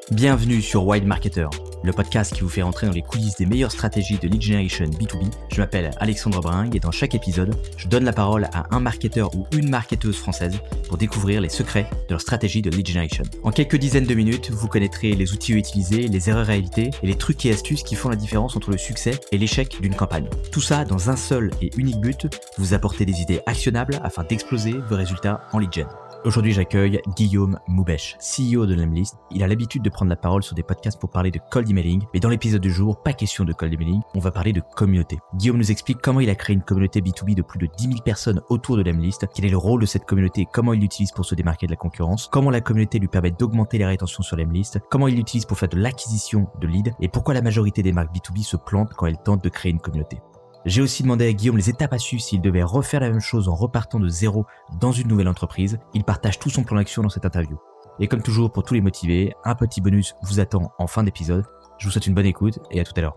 Bienvenue sur Wild Marketer, le podcast qui vous fait rentrer dans les coulisses des meilleures stratégies de lead generation B2B. Je m'appelle Alexandre Bringue et dans chaque épisode, je donne la parole à un marketeur ou une marketeuse française pour découvrir les secrets de leur stratégie de lead generation. En quelques dizaines de minutes, vous connaîtrez les outils à utiliser, les erreurs à éviter et les trucs et astuces qui font la différence entre le succès et l'échec d'une campagne. Tout ça dans un seul et unique but, vous apporter des idées actionnables afin d'exploser vos résultats en lead gen. Aujourd'hui, j'accueille Guillaume Moubèche, CEO de Lemlist. Il a l'habitude de prendre la parole sur des podcasts pour parler de cold emailing, mais dans l'épisode du jour, pas question de cold emailing, on va parler de communauté. Guillaume nous explique comment il a créé une communauté B2B de plus de 10 000 personnes autour de Lemlist, quel est le rôle de cette communauté et comment il l'utilise pour se démarquer de la concurrence, comment la communauté lui permet d'augmenter les rétentions sur Lemlist, comment il l'utilise pour faire de l'acquisition de leads et pourquoi la majorité des marques B2B se plantent quand elles tentent de créer une communauté. J'ai aussi demandé à Guillaume les étapes à suivre s'il devait refaire la même chose en repartant de zéro dans une nouvelle entreprise. Il partage tout son plan d'action dans cette interview. Et comme toujours, pour tous les motivés, un petit bonus vous attend en fin d'épisode. Je vous souhaite une bonne écoute et à tout à l'heure.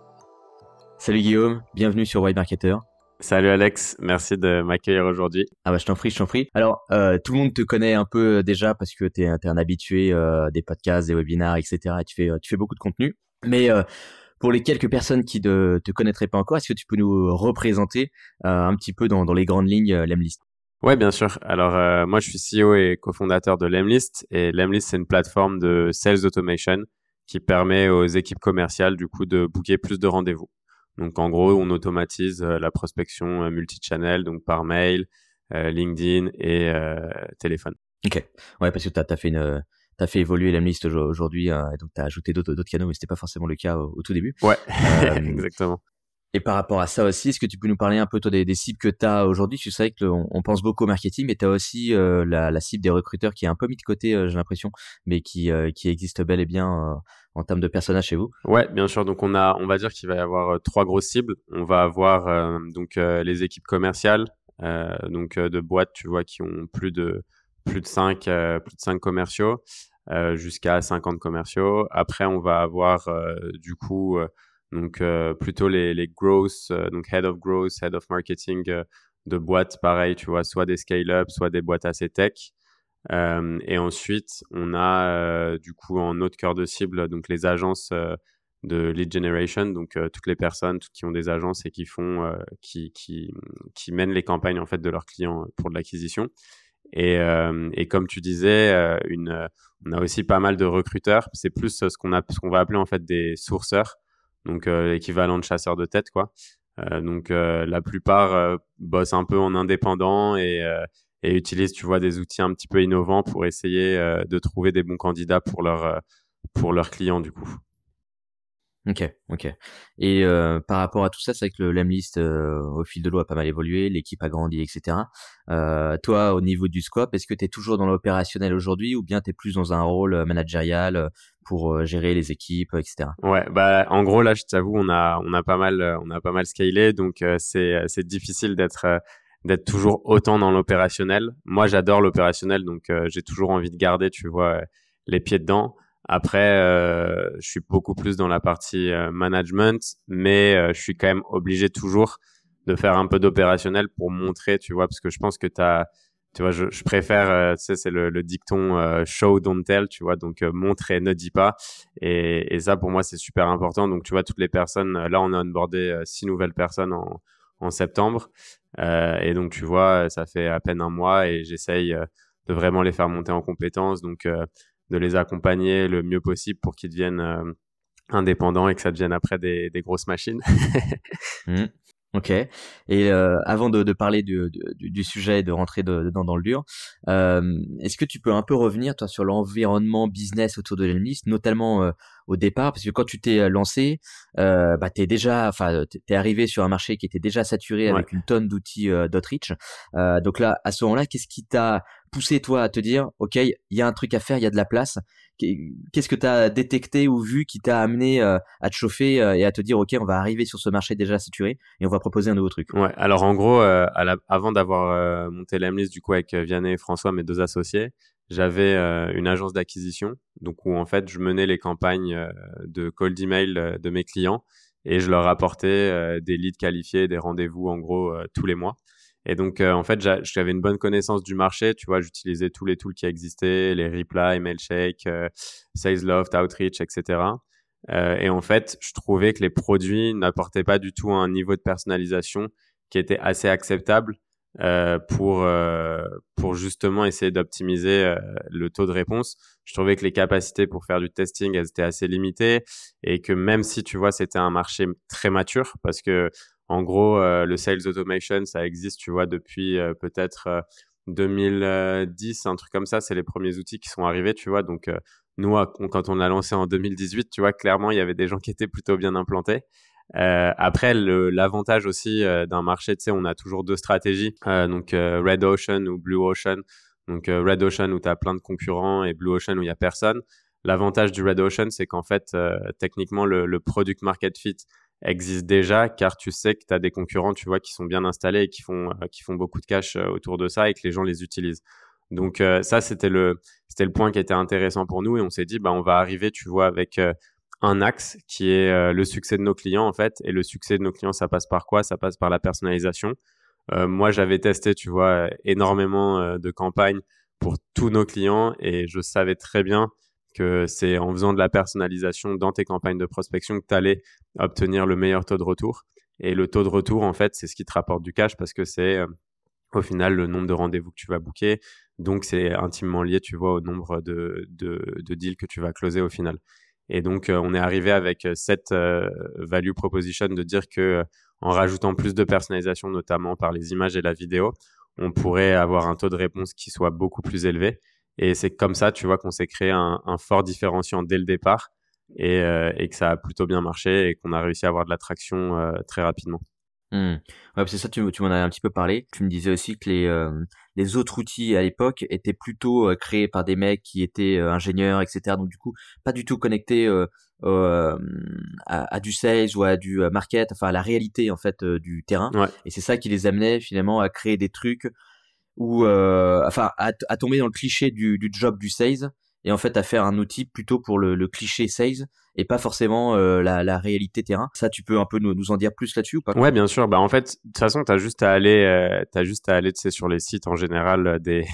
Salut Guillaume, bienvenue sur Wild Marketer. Salut Alex, merci de m'accueillir aujourd'hui. Ah bah je t'en prie. Alors, tout le monde te connaît un peu déjà parce que t'es un habitué des podcasts, des webinars, etc. Et tu fais beaucoup de contenu. Mais pour les quelques personnes qui ne te connaîtraient pas encore, est-ce que tu peux nous représenter un petit peu dans les grandes lignes Lemlist ? Ouais, bien sûr. Alors, moi, je suis CEO et cofondateur de Lemlist. Et Lemlist, c'est une plateforme de sales automation qui permet aux équipes commerciales, du coup, de booker plus de rendez-vous. Donc, en gros, on automatise la prospection multi-channel, donc par mail, LinkedIn et téléphone. Ok. Ouais, parce que t'as fait évoluer Lemlist aujourd'hui, et donc t'as ajouté d'autres canaux, mais c'était pas forcément le cas au tout début. Ouais, exactement. Et par rapport à ça aussi, est-ce que tu peux nous parler un peu toi des cibles que tu as aujourd'hui ? Tu sais qu'on pense beaucoup au marketing, mais tu as aussi la cible des recruteurs qui est un peu mis de côté, j'ai l'impression, mais qui existe bel et bien en termes de personnages chez vous. Ouais, bien sûr. Donc on va dire qu'il va y avoir trois grosses cibles. On va avoir les équipes commerciales, de boîtes, tu vois, qui ont plus de 5 commerciaux. Jusqu'à 50 commerciaux. Après, on va avoir plutôt les growth, donc head of growth, head of marketing de boîtes, pareil, tu vois, soit des scale-up, soit des boîtes assez tech. Et ensuite, on a en autre cœur de cible, donc les agences de lead generation, donc toutes les personnes qui ont des agences et qui font, qui mènent les campagnes en fait de leurs clients pour de l'acquisition. Et comme tu disais, on a aussi pas mal de recruteurs. C'est plus ce qu'on va appeler en fait des sourceurs, donc l'équivalent de chasseurs de tête, quoi. La plupart bossent un peu en indépendant et utilisent, tu vois, des outils un petit peu innovants pour essayer de trouver des bons candidats pour leurs clients, du coup. Ok. Et par rapport à tout ça, c'est vrai que le Lemlist au fil de l'eau a pas mal évolué, l'équipe a grandi, etc. Toi, au niveau du scope, est-ce que tu es toujours dans l'opérationnel aujourd'hui ou bien tu es plus dans un rôle managérial pour gérer les équipes, etc. Ouais, bah en gros là, je t'avoue, on a pas mal scalé, donc c'est difficile d'être toujours autant dans l'opérationnel. Moi, j'adore l'opérationnel, donc j'ai toujours envie de garder, tu vois, les pieds dedans. Après, je suis beaucoup plus dans la partie management, mais je suis quand même obligé toujours de faire un peu d'opérationnel pour montrer, tu vois, parce que je pense que tu vois, je préfère, tu sais, c'est le dicton show, don't tell, tu vois, donc montre et ne dis pas. Et ça, pour moi, c'est super important. Donc, tu vois, toutes les personnes, là, on a onboardé 6 nouvelles personnes en septembre. Et donc, tu vois, ça fait à peine un mois et j'essaye de vraiment les faire monter en compétences. Donc, de les accompagner le mieux possible pour qu'ils deviennent indépendants et que ça devienne après des grosses machines. Ok. Et avant de parler du sujet et de rentrer dans le dur, est-ce que tu peux un peu revenir toi sur l'environnement business autour de Lemlist, notamment au départ, parce que quand tu t'es lancé, t'es arrivé sur un marché qui était déjà saturé avec une tonne d'outils d'outreach. Donc là, à ce moment-là, qu'est-ce qui t'a poussé toi à te dire, ok, il y a un truc à faire, il y a de la place. Qu'est-ce que tu as détecté ou vu qui t'a amené à te chauffer et à te dire, ok, on va arriver sur ce marché déjà saturé et on va proposer un nouveau truc. Ouais, alors en gros, avant d'avoir monté Lemlist du coup avec Vianney et François, mes deux associés, j'avais une agence d'acquisition, donc où en fait je menais les campagnes de cold email de mes clients et je leur apportais des leads qualifiés, des rendez-vous en gros tous les mois. Et donc, en fait, j'avais une bonne connaissance du marché. Tu vois, j'utilisais tous les tools qui existaient, les Reply, Mailshake, SalesLoft, Outreach, etc. Et en fait, je trouvais que les produits n'apportaient pas du tout un niveau de personnalisation qui était assez acceptable pour justement essayer d'optimiser le taux de réponse. Je trouvais que les capacités pour faire du testing, elles étaient assez limitées et que même si, tu vois, c'était un marché très mature parce que en gros, le sales automation, ça existe, tu vois, depuis peut-être 2010, un truc comme ça. C'est les premiers outils qui sont arrivés, tu vois. Donc, nous, quand on l'a lancé en 2018, tu vois, clairement, il y avait des gens qui étaient plutôt bien implantés. Après, l'avantage aussi d'un marché, tu sais, on a toujours deux stratégies, donc Red Ocean ou Blue Ocean. Donc Red Ocean où tu as plein de concurrents et Blue Ocean où il y a personne. L'avantage du Red Ocean, c'est qu'en fait, techniquement, le product market fit existe déjà car tu sais que tu as des concurrents, tu vois, qui sont bien installés et qui font beaucoup de cash autour de ça et que les gens les utilisent. Donc ça, c'était le point qui était intéressant pour nous et on s'est dit, bah, on va arriver, tu vois, avec un axe qui est le succès de nos clients en fait. Et le succès de nos clients, ça passe par quoi? Ça passe par la personnalisation. Moi, j'avais testé, tu vois, énormément de campagnes pour tous nos clients et je savais très bien que c'est en faisant de la personnalisation dans tes campagnes de prospection que tu allais obtenir le meilleur taux de retour. Et le taux de retour, en fait, c'est ce qui te rapporte du cash parce que c'est au final le nombre de rendez-vous que tu vas booker. Donc, c'est intimement lié, tu vois, au nombre de deals que tu vas closer au final. Et donc, on est arrivé avec cette value proposition de dire que en rajoutant plus de personnalisation, notamment par les images et la vidéo, on pourrait avoir un taux de réponse qui soit beaucoup plus élevé. Et c'est comme ça, tu vois, qu'on s'est créé un fort différenciant dès le départ et que ça a plutôt bien marché et qu'on a réussi à avoir de l'attraction très rapidement. Ouais, c'est ça, tu m'en as un petit peu parlé. Tu me disais aussi que les autres outils à l'époque étaient plutôt créés par des mecs qui étaient ingénieurs, etc. Donc du coup, pas du tout connectés à du sales ou à du market, enfin à la réalité en fait du terrain. Ouais. Et c'est ça qui les amenait finalement à créer des trucs ou enfin à tomber dans le cliché du job du sales et en fait à faire un outil plutôt pour le cliché sales et pas forcément la réalité terrain. Ça, tu peux un peu nous en dire plus là-dessus ou pas? Ouais, bien sûr. Bah, en fait, de toute façon, t'as juste à aller, tu sais, sur les sites en général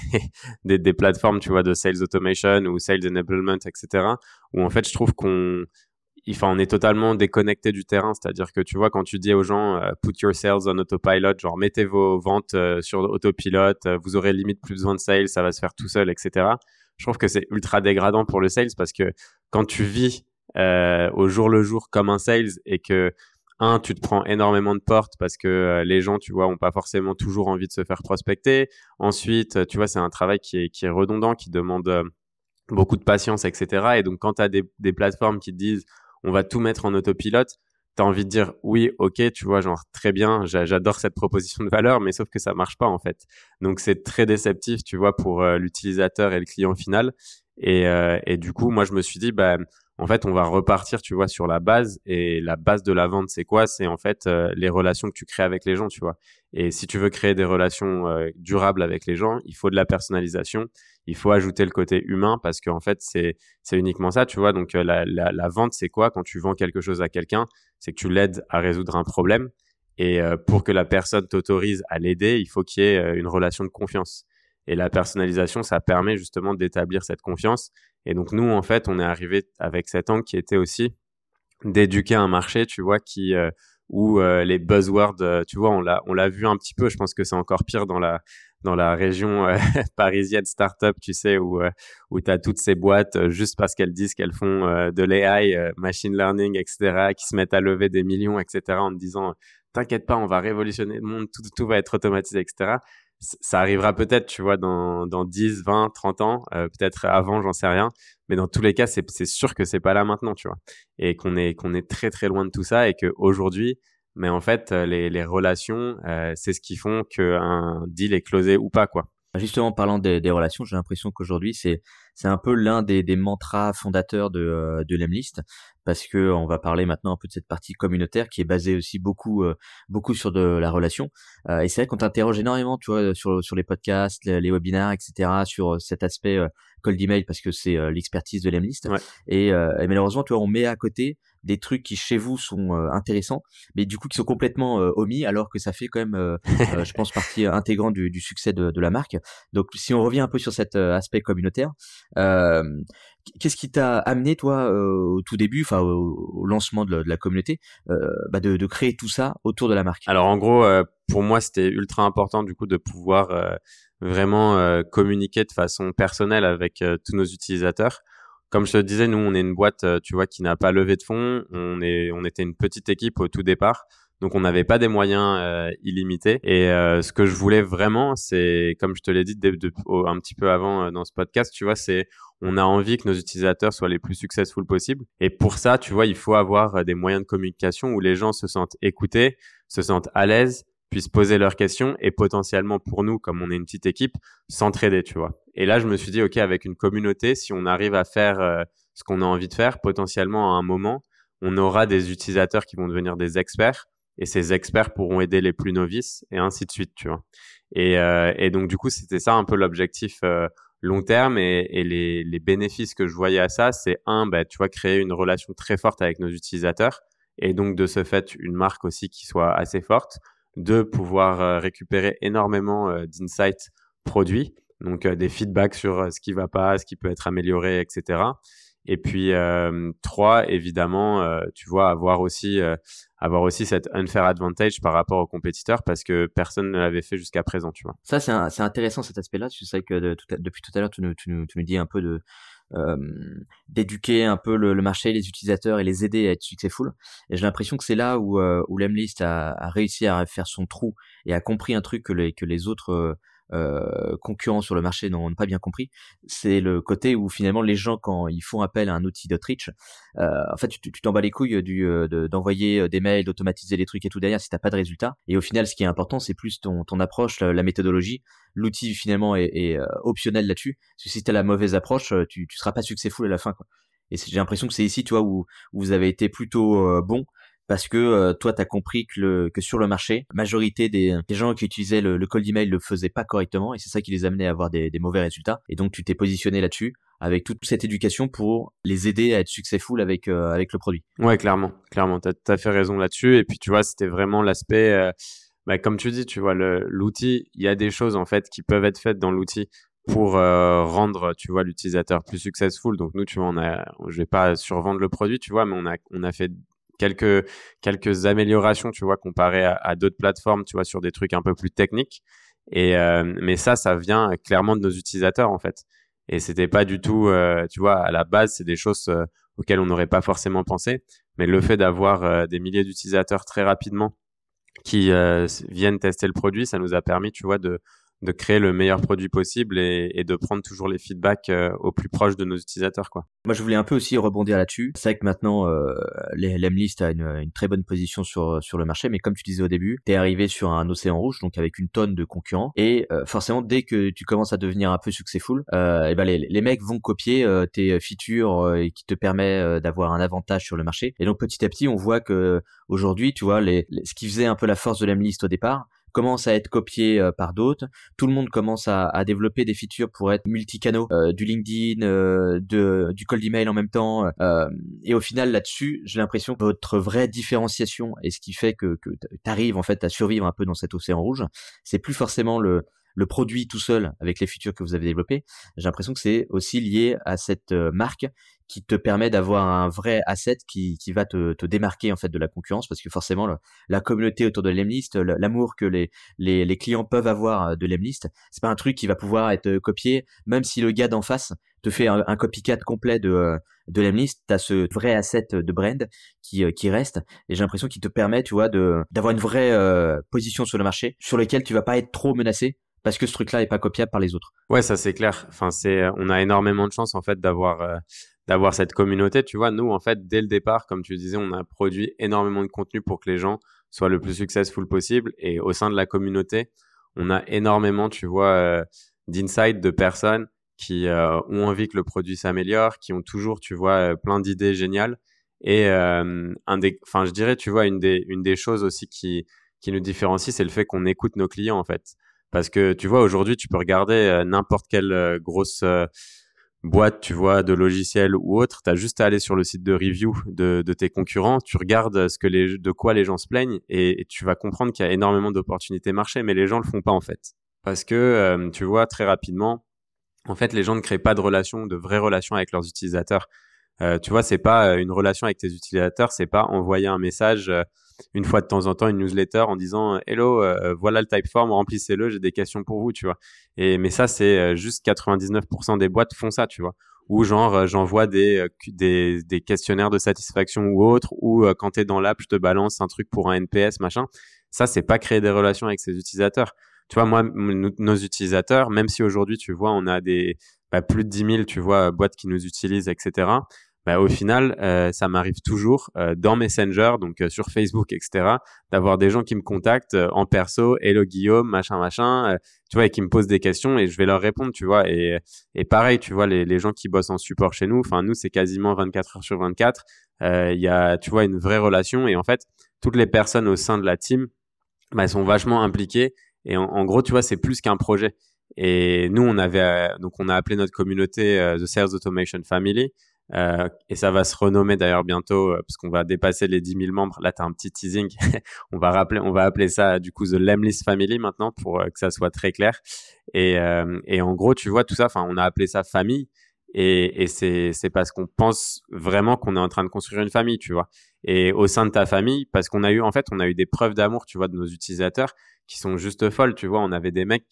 des plateformes, tu vois, de sales automation ou sales enablement, etc. Où en fait, je trouve on est totalement déconnecté du terrain. C'est-à-dire que tu vois, quand tu dis aux gens, put your sales on autopilot, genre mettez vos ventes sur autopilote, vous aurez limite plus besoin de sales, ça va se faire tout seul, etc. Je trouve que c'est ultra dégradant pour le sales parce que quand tu vis au jour le jour comme un sales et que tu te prends énormément de portes parce que les gens, tu vois, ont pas forcément toujours envie de se faire prospecter. Ensuite, tu vois, c'est un travail qui est redondant, qui demande beaucoup de patience, etc. Et donc, quand tu as des plateformes qui te disent on va tout mettre en autopilote, tu as envie de dire oui, ok, tu vois, genre très bien, j'adore cette proposition de valeur, mais sauf que ça marche pas en fait. Donc, c'est très déceptif, tu vois, pour l'utilisateur et le client final. Et du coup, moi, je me suis dit, bah, en fait, on va repartir, tu vois, sur la base. Et la base de la vente, c'est quoi? C'est en fait les relations que tu crées avec les gens, tu vois. Et si tu veux créer des relations durables avec les gens, il faut de la personnalisation. Il faut ajouter le côté humain parce qu'en fait, c'est uniquement ça, tu vois. Donc, la vente, c'est quoi? Quand tu vends quelque chose à quelqu'un, c'est que tu l'aides à résoudre un problème. Et pour que la personne t'autorise à l'aider, il faut qu'il y ait une relation de confiance. Et la personnalisation, ça permet justement d'établir cette confiance. Et donc, nous, en fait, on est arrivé avec cet angle qui était aussi d'éduquer un marché, tu vois, où les buzzwords, tu vois, on l'a vu un petit peu. Je pense que c'est encore pire dans la région parisienne startup, tu sais, où tu as toutes ces boîtes juste parce qu'elles disent qu'elles font de l'AI, machine learning, etc., qui se mettent à lever des millions, etc., en te disant t'inquiète pas, on va révolutionner le monde, tout va être automatisé, etc. Ça arrivera peut-être, tu vois, dans 10, 20, 30 ans, peut-être avant, j'en sais rien. Mais dans tous les cas, c'est sûr que c'est pas là maintenant, tu vois. Et qu'on est très, très loin de tout ça et qu'aujourd'hui, mais en fait, les relations, c'est ce qui font qu'un deal est closé ou pas, quoi. Justement, parlant des relations, j'ai l'impression qu'aujourd'hui, c'est un peu l'un des mantras fondateurs de Lemlist, parce que on va parler maintenant un peu de cette partie communautaire qui est basée aussi beaucoup sur de la relation. Et c'est vrai qu'on t'interroge énormément, tu vois, sur les podcasts, les webinaires, etc., sur cet aspect cold email, parce que c'est l'expertise de Lemlist. Ouais. Et malheureusement, tu vois, on met à côté des trucs qui chez vous sont intéressants, mais du coup qui sont complètement omis, alors que ça fait quand même, je pense, partie intégrante du succès de la marque. Donc si on revient un peu sur cet aspect communautaire, euh, qu'est-ce qui t'a amené toi au tout début, enfin au lancement de la communauté, de créer tout ça autour de la marque? Alors en gros, pour moi, c'était ultra important du coup de pouvoir vraiment communiquer de façon personnelle avec tous nos utilisateurs. Comme je te disais, nous, on est une boîte, tu vois, qui n'a pas levé de fonds. On était une petite équipe au tout départ. Donc, on n'avait pas des moyens illimités. Et ce que je voulais vraiment, c'est, comme je te l'ai dit un petit peu avant dans ce podcast, tu vois, c'est on a envie que nos utilisateurs soient les plus successful possibles. Et pour ça, tu vois, il faut avoir des moyens de communication où les gens se sentent écoutés, se sentent à l'aise, puissent poser leurs questions et potentiellement pour nous, comme on est une petite équipe, s'entraider, tu vois. Et là, je me suis dit, OK, avec une communauté, si on arrive à faire ce qu'on a envie de faire, potentiellement à un moment, on aura des utilisateurs qui vont devenir des experts et ces experts pourront aider les plus novices et ainsi de suite, tu vois. Et donc, du coup, c'était ça un peu l'objectif long terme et les bénéfices que je voyais à ça, c'est tu vois, créer une relation très forte avec nos utilisateurs et donc, de ce fait, une marque aussi qui soit assez forte. De pouvoir récupérer énormément d'insights produits, donc des feedbacks sur ce qui va pas, ce qui peut être amélioré, etc. Et puis 3, évidemment, tu vois, avoir aussi cette unfair advantage par rapport aux compétiteurs parce que personne ne l'avait fait jusqu'à présent, tu vois. Ça, c'est intéressant cet aspect-là. Tu sais que depuis tout à l'heure, tu nous dis un peu d'éduquer un peu le marché, les utilisateurs et les aider à être successful. Et j'ai l'impression que c'est là où Lemlist a réussi à faire son trou et a compris un truc que les autres concurrents sur le marché n'ont pas bien compris. C'est le côté où finalement les gens, quand ils font appel à un outil d'outreach, en fait tu t'en bats les couilles d'envoyer des mails, d'automatiser les trucs et tout derrière si t'as pas de résultat. Et au final, ce qui est important, c'est plus ton approche, la méthodologie. L'outil finalement est optionnel là-dessus. Parce que si t'as la mauvaise approche, tu seras pas successful à la fin, quoi. Et j'ai l'impression que c'est ici, tu vois, où vous avez été plutôt bon, parce que toi, t'as compris que sur le marché, la majorité des gens qui utilisaient le cold email le faisaient pas correctement, et c'est ça qui les amenait à avoir des mauvais résultats. Et donc, tu t'es positionné là-dessus avec toute cette éducation pour les aider à être successful avec le produit. Ouais, clairement, t'as fait raison là-dessus. Et puis, tu vois, c'était vraiment l'aspect, comme tu dis, tu vois, l'outil, il y a des choses en fait qui peuvent être faites dans l'outil pour rendre, tu vois, l'utilisateur plus successful. Donc nous, tu vois, je vais pas survendre le produit, tu vois, mais on a fait quelques améliorations, tu vois, comparé à d'autres plateformes, tu vois, sur des trucs un peu plus techniques. Mais ça vient clairement de nos utilisateurs, en fait. Et c'était pas du tout, tu vois, à la base, c'est des choses auxquelles on n'aurait pas forcément pensé. Mais le fait d'avoir des milliers d'utilisateurs très rapidement qui viennent tester le produit, ça nous a permis, tu vois, de créer le meilleur produit possible et de prendre toujours les feedbacks au plus proche de nos utilisateurs, quoi. Moi, je voulais un peu aussi rebondir là-dessus. C'est vrai que maintenant, Lemlist a une très bonne position sur le marché, mais comme tu disais au début, t'es arrivé sur un océan rouge, donc avec une tonne de concurrents, et forcément, dès que tu commences à devenir un peu successful, et ben les mecs vont copier tes features et qui te permet d'avoir un avantage sur le marché. Et donc petit à petit, on voit que aujourd'hui, tu vois, ce qui faisait un peu la force de Lemlist au départ commence à être copié par d'autres. Tout le monde commence à développer des features pour être multicanaux, du LinkedIn, du cold email en même temps. Et au final, là-dessus, j'ai l'impression que votre vraie différenciation et ce qui fait que t'arrives en fait à survivre un peu dans cet océan rouge, c'est plus forcément le produit tout seul avec les features que vous avez développées. J'ai l'impression que c'est aussi lié à cette marque qui te permet d'avoir un vrai asset qui va te démarquer en fait de la concurrence, parce que forcément la communauté autour de Lemlist, l'amour que les clients peuvent avoir de Lemlist, c'est pas un truc qui va pouvoir être copié, même si le gars d'en face te fait un copycat complet de Lemlist. T'as ce vrai asset de brand qui reste, et j'ai l'impression qu'il te permet, tu vois, d'avoir une vraie position sur le marché sur lequel tu vas pas être trop menacé parce que ce truc-là est pas copiable par les autres. Ouais, ça c'est clair. Enfin, on a énormément de chance en fait d'avoir cette communauté. Tu vois, nous en fait dès le départ, comme tu disais, on a produit énormément de contenu pour que les gens soient le plus successful possible. Et au sein de la communauté, on a énormément, tu vois, d'insights de personnes qui ont envie que le produit s'améliore, qui ont toujours, tu vois, plein d'idées géniales. Et je dirais, tu vois, une des choses aussi qui nous différencie, c'est le fait qu'on écoute nos clients en fait. Parce que tu vois, aujourd'hui, tu peux regarder n'importe quelle boîte, tu vois, de logiciels ou autre, tu as juste à aller sur le site de review de tes concurrents, tu regardes de quoi les gens se plaignent et tu vas comprendre qu'il y a énormément d'opportunités marché, mais les gens le font pas en fait. Parce que, tu vois, très rapidement, en fait, les gens ne créent pas de vraies relations avec leurs utilisateurs. Tu vois, c'est pas une relation avec tes utilisateurs, c'est pas envoyer un message une fois de temps en temps, une newsletter en disant Hello, voilà le Typeform, remplissez-le, j'ai des questions pour vous, tu vois. Mais ça, c'est juste 99% des boîtes font ça, tu vois. Ou genre, j'envoie des questionnaires de satisfaction ou autre, ou quand t'es dans l'app, je te balance un truc pour un NPS, machin. Ça, c'est pas créer des relations avec ses utilisateurs. Tu vois, moi, nos utilisateurs, même si aujourd'hui, tu vois, on a plus de 10 000, tu vois, boîtes qui nous utilisent, etc. Au final, ça m'arrive toujours dans Messenger, donc sur Facebook, etc., d'avoir des gens qui me contactent en perso, hello Guillaume, machin, machin, tu vois, et qui me posent des questions et je vais leur répondre, tu vois. Et pareil, tu vois, les gens qui bossent en support chez nous, enfin, nous, c'est quasiment 24 heures sur 24. Il y a, tu vois, une vraie relation et en fait, toutes les personnes au sein de la team, elles sont vachement impliquées et en gros, tu vois, c'est plus qu'un projet. Et nous, donc on a appelé notre communauté The Sales Automation Family. Et ça va se renommer d'ailleurs bientôt parce qu'on va dépasser les 10 000 membres. Là, tu as un petit teasing. On va appeler ça du coup The Lemlist Family maintenant pour que ça soit très clair. Et en gros, tu vois tout ça. Enfin, on a appelé ça famille. Et c'est parce qu'on pense vraiment qu'on est en train de construire une famille, tu vois. Et au sein de ta famille, parce qu'on a eu des preuves d'amour, tu vois, de nos utilisateurs qui sont juste folles, tu vois. On avait des mecs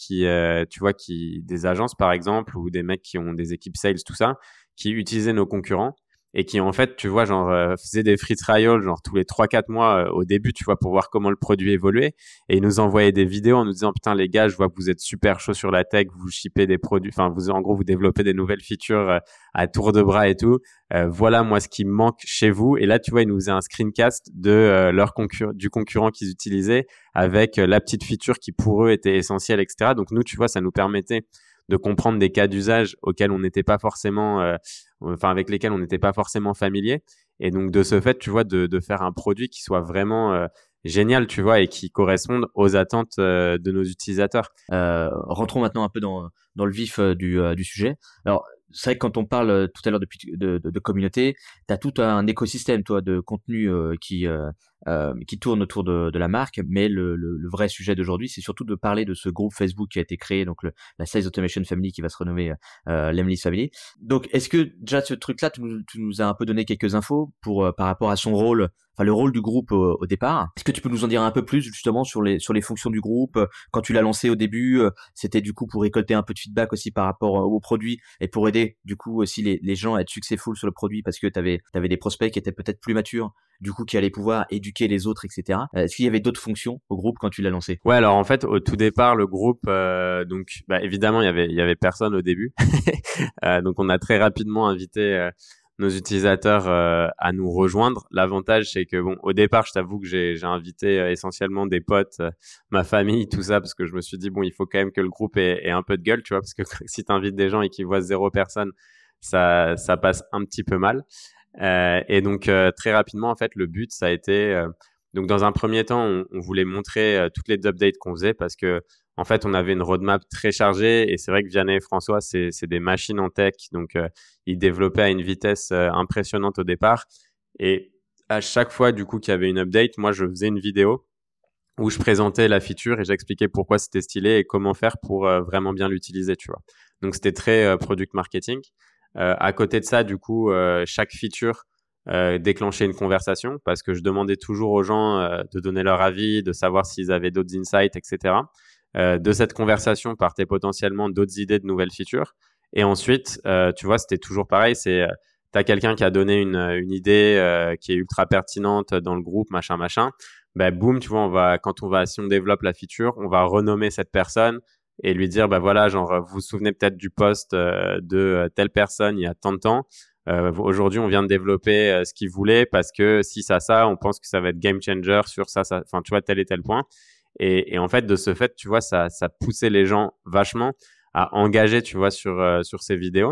des agences par exemple, ou des mecs qui ont des équipes sales, tout ça, qui utilisaient nos concurrents et qui en fait, tu vois, genre faisaient des free trials genre tous les 3-4 mois au début, tu vois, pour voir comment le produit évoluait et ils nous envoyaient des vidéos en nous disant putain les gars, je vois que vous êtes super chaud sur la tech, vous shippez des produits, enfin vous en gros vous développez des nouvelles features à tour de bras et tout. Voilà moi ce qui me manque chez vous et là tu vois, ils nous faisaient un screencast de du concurrent qu'ils utilisaient avec la petite feature qui pour eux était essentielle, etc. Donc nous, tu vois, ça nous permettait de comprendre des cas d'usage auxquels on n'était pas forcément, avec lesquels on n'était pas forcément familier. Et donc, de ce fait, tu vois, de faire un produit qui soit vraiment génial, tu vois, et qui corresponde aux attentes de nos utilisateurs. Rentrons maintenant un peu dans le vif du sujet. Alors, c'est vrai que quand on parle tout à l'heure de communauté, tu as tout un écosystème, toi, de contenu qui tourne autour de la marque, mais le vrai sujet d'aujourd'hui, c'est surtout de parler de ce groupe Facebook qui a été créé, donc la Sales Automation Family qui va se renommer Lemlist Family. Donc, est-ce que déjà ce truc-là, tu nous as un peu donné quelques infos par rapport à son rôle, enfin le rôle du groupe au départ. Est-ce que tu peux nous en dire un peu plus justement sur les fonctions du groupe quand tu l'as lancé au début, c'était du coup pour récolter un peu de feedback aussi par rapport au produit et pour aider du coup aussi les gens à être successful sur le produit parce que t'avais des prospects qui étaient peut-être plus matures, du coup qui allaient pouvoir éduquer les autres, etc. Est-ce qu'il y avait d'autres fonctions au groupe quand tu l'as lancé? Ouais, alors en fait, au tout départ, le groupe, donc évidemment, il y avait personne au début, donc on a très rapidement invité nos utilisateurs à nous rejoindre. L'avantage, c'est que bon, au départ, je t'avoue que j'ai invité essentiellement des potes, ma famille, tout ça, parce que je me suis dit bon, il faut quand même que le groupe ait un peu de gueule, tu vois, parce que si t'invites des gens et qu'ils voient 0 personne, ça passe un petit peu mal. Et donc très rapidement, en fait, le but, ça a été donc dans un premier temps, on voulait montrer toutes les updates qu'on faisait parce que en fait, on avait une roadmap très chargée et c'est vrai que Vianney et François, c'est des machines en tech, donc ils développaient à une vitesse impressionnante au départ. Et à chaque fois, du coup, qu'il y avait une update, moi, je faisais une vidéo où je présentais la feature et j'expliquais pourquoi c'était stylé et comment faire pour vraiment bien l'utiliser, tu vois. Donc c'était très product marketing. À côté de ça, du coup, chaque feature déclenchait une conversation parce que je demandais toujours aux gens de donner leur avis, de savoir s'ils avaient d'autres insights, etc. De cette conversation partaient potentiellement d'autres idées de nouvelles features. Et ensuite, tu vois, c'était toujours pareil. T'as quelqu'un qui a donné une idée qui est ultra pertinente dans le groupe, machin, machin. Boum, tu vois, si on développe la feature, on va renommer cette personne et lui dire, voilà, genre, vous vous souvenez peut-être du post de telle personne il y a tant de temps. Aujourd'hui, on vient de développer ce qu'il voulait parce que si ça, on pense que ça va être game changer sur ça, enfin, tu vois, tel et tel point. Et en fait, de ce fait, tu vois, ça poussait les gens vachement à engager, tu vois, sur ces vidéos.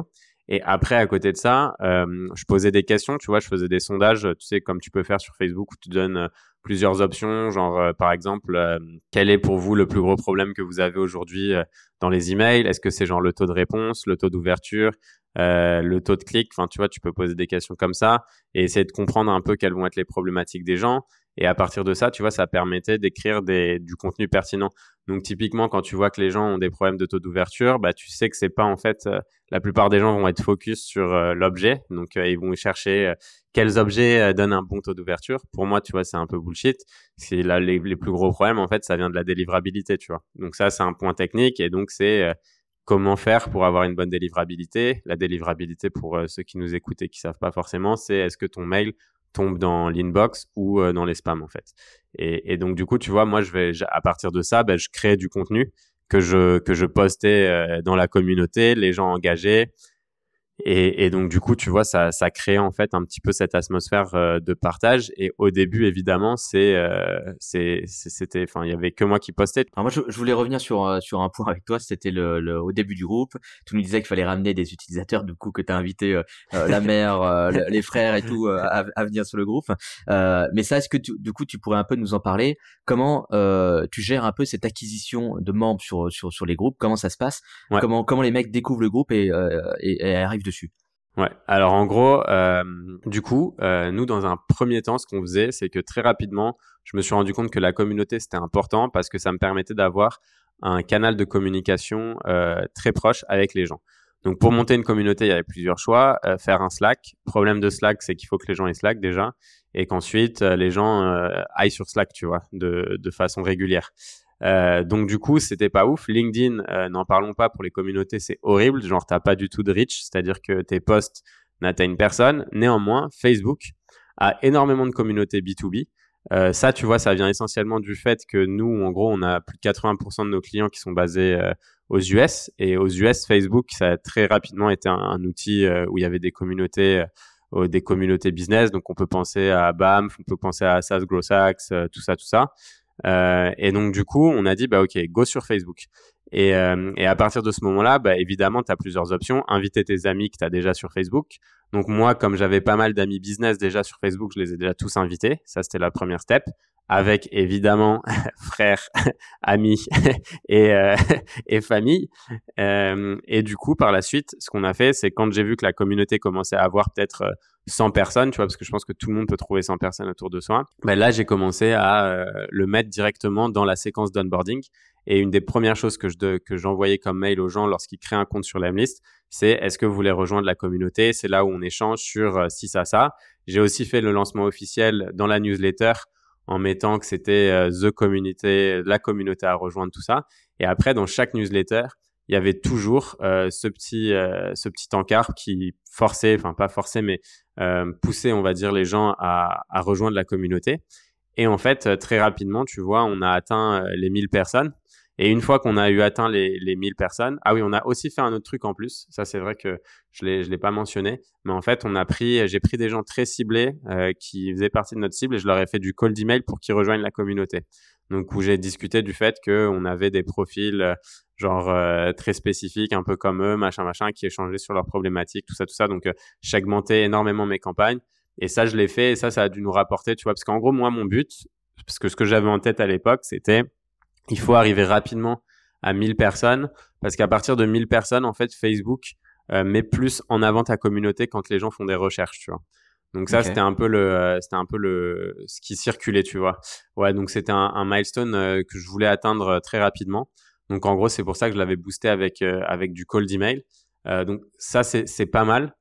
Et après, à côté de ça, je posais des questions, tu vois, je faisais des sondages, tu sais, comme tu peux faire sur Facebook où tu donnes plusieurs options, genre par exemple, quel est pour vous le plus gros problème que vous avez aujourd'hui dans les emails? Est-ce que c'est genre le taux de réponse, le taux d'ouverture, le taux de clic? Enfin, tu vois, tu peux poser des questions comme ça et essayer de comprendre un peu quelles vont être les problématiques des gens. Et à partir de ça, tu vois, ça permettait d'écrire du contenu pertinent. Donc typiquement, quand tu vois que les gens ont des problèmes de taux d'ouverture, bah tu sais que c'est pas en fait la plupart des gens vont être focus sur l'objet, donc ils vont chercher quels objets donnent un bon taux d'ouverture. Pour moi, tu vois, c'est un peu bullshit. C'est là les plus gros problèmes en fait, ça vient de la délivrabilité, tu vois. Donc ça, c'est un point technique et donc c'est comment faire pour avoir une bonne délivrabilité. La délivrabilité, pour ceux qui nous écoutent et qui savent pas forcément, c'est est-ce que ton mail tombe dans l'inbox ou dans les spams en fait. Et donc du coup, tu vois, moi à partir de ça, ben, je crée du contenu que je postais dans la communauté, les gens engagés. Et donc du coup, tu vois, ça crée en fait un petit peu cette atmosphère de partage. Et au début, évidemment, c'était, enfin, il y avait que moi qui postais. Alors moi, je voulais revenir sur un point avec toi. C'était au début du groupe. Tu nous disais qu'il fallait ramener des utilisateurs, du coup, que tu as invité la mère, les frères et tout à venir sur le groupe. Mais ça, est-ce que du coup, tu pourrais un peu nous en parler? Comment tu gères un peu cette acquisition de membres sur les groupes? Comment ça se passe? Ouais. Comment les mecs découvrent le groupe et arrivent dessus? Ouais. Alors en gros, du coup, nous dans un premier temps, ce qu'on faisait, c'est que très rapidement, je me suis rendu compte que la communauté c'était important parce que ça me permettait d'avoir un canal de communication très proche avec les gens. Donc pour monter une communauté, il y avait plusieurs choix. Faire un Slack. Problème de Slack, c'est qu'il faut que les gens aient Slack déjà et qu'ensuite les gens aillent sur Slack, tu vois, de façon régulière. Donc du coup, c'était pas ouf. LinkedIn, n'en parlons pas pour les communautés, c'est horrible. Genre, t'as pas du tout de reach, c'est-à-dire que tes posts n'atteignent personne. Néanmoins, Facebook a énormément de communautés B2B. Ça, tu vois, ça vient essentiellement du fait que nous, en gros, on a plus de 80% de nos clients qui sont basés aux US. Et aux US, Facebook, ça a très rapidement été un outil où il y avait des communautés business. Donc, on peut penser à BAMF, on peut penser à SaaS, GrowSax, tout ça. Et donc du coup, on a dit bah ok, go sur Facebook. Et à partir de ce moment-là, bah évidemment, tu as plusieurs options. Inviter tes amis que tu as déjà sur Facebook. Donc moi, comme j'avais pas mal d'amis business déjà sur Facebook, je les ai déjà tous invités. Ça, c'était la première step. Avec évidemment frères, amis et famille. Et du coup, par la suite, ce qu'on a fait, c'est quand j'ai vu que la communauté commençait à avoir peut-être 100 personnes, tu vois, parce que je pense que tout le monde peut trouver 100 personnes autour de soi. Ben là, j'ai commencé à le mettre directement dans la séquence d'onboarding. Et une des premières choses que j'envoyais comme mail aux gens lorsqu'ils créent un compte sur l'Emlist, c'est est-ce que vous voulez rejoindre la communauté? C'est là où on échange sur ci, ça. J'ai aussi fait le lancement officiel dans la newsletter en mettant que c'était la communauté à rejoindre, tout ça. Et après, dans chaque newsletter, il y avait toujours ce petit encart qui forçait, enfin pas forçait, mais poussait, on va dire, les gens à rejoindre la communauté. Et en fait, très rapidement, tu vois, on a atteint les 1000 personnes. Et une fois qu'on a atteint les 1000 personnes, ah oui, on a aussi fait un autre truc en plus. Ça, c'est vrai que je l'ai pas mentionné. Mais en fait, j'ai pris des gens très ciblés qui faisaient partie de notre cible et je leur ai fait du call d'email pour qu'ils rejoignent la communauté. Donc, où j'ai discuté du fait qu'on avait des profils très spécifiques, un peu comme eux, machin, qui échangeaient sur leurs problématiques, tout ça. Donc, je segmentais énormément mes campagnes. Et ça, je l'ai fait et ça a dû nous rapporter, tu vois. Parce qu'en gros, moi, mon but, parce que ce que j'avais en tête à l'époque, c'était il faut arriver rapidement à 1000 personnes parce qu'à partir de 1000 personnes, en fait, Facebook met plus en avant ta communauté quand les gens font des recherches, tu vois. Donc ça, c'était un peu ce qui circulait, tu vois. Ouais, donc c'était un milestone que je voulais atteindre très rapidement. Donc en gros, c'est pour ça que je l'avais boosté avec du call d'email. Donc ça, c'est pas mal.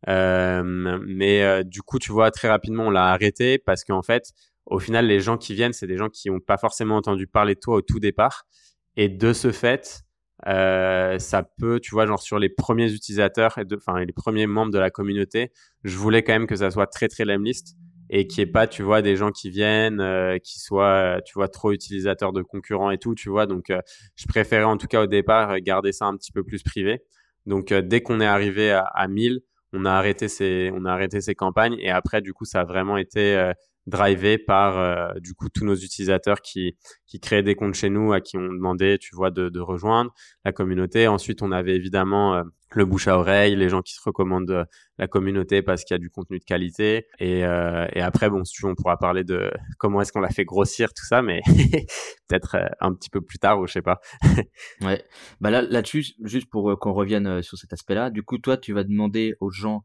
Mais du coup, tu vois, très rapidement, on l'a arrêté parce qu'en fait, au final, les gens qui viennent, c'est des gens qui n'ont pas forcément entendu parler de toi au tout départ. Et de ce fait, ça peut, tu vois, genre sur les premiers utilisateurs les premiers membres de la communauté, je voulais quand même que ça soit très, très lemlist et qu'il n'y ait pas, tu vois, des gens qui viennent, qui soient, tu vois, trop utilisateurs de concurrents et tout, tu vois. Donc, je préférais en tout cas au départ garder ça un petit peu plus privé. Donc, dès qu'on est arrivé à 1000, on a arrêté ces campagnes et après, du coup, ça a vraiment été drivé par du coup tous nos utilisateurs qui créaient des comptes chez nous, à qui on demandait, tu vois, de rejoindre la communauté. Ensuite, on avait évidemment le bouche à oreille, les gens qui se recommandent la communauté parce qu'il y a du contenu de qualité. Et après, bon, si tu veux, on pourra parler de comment est-ce qu'on l'a fait grossir, tout ça, mais peut-être un petit peu plus tard ou je sais pas. Ouais. Bah là-dessus, juste pour qu'on revienne sur cet aspect-là, du coup, toi, tu vas demander aux gens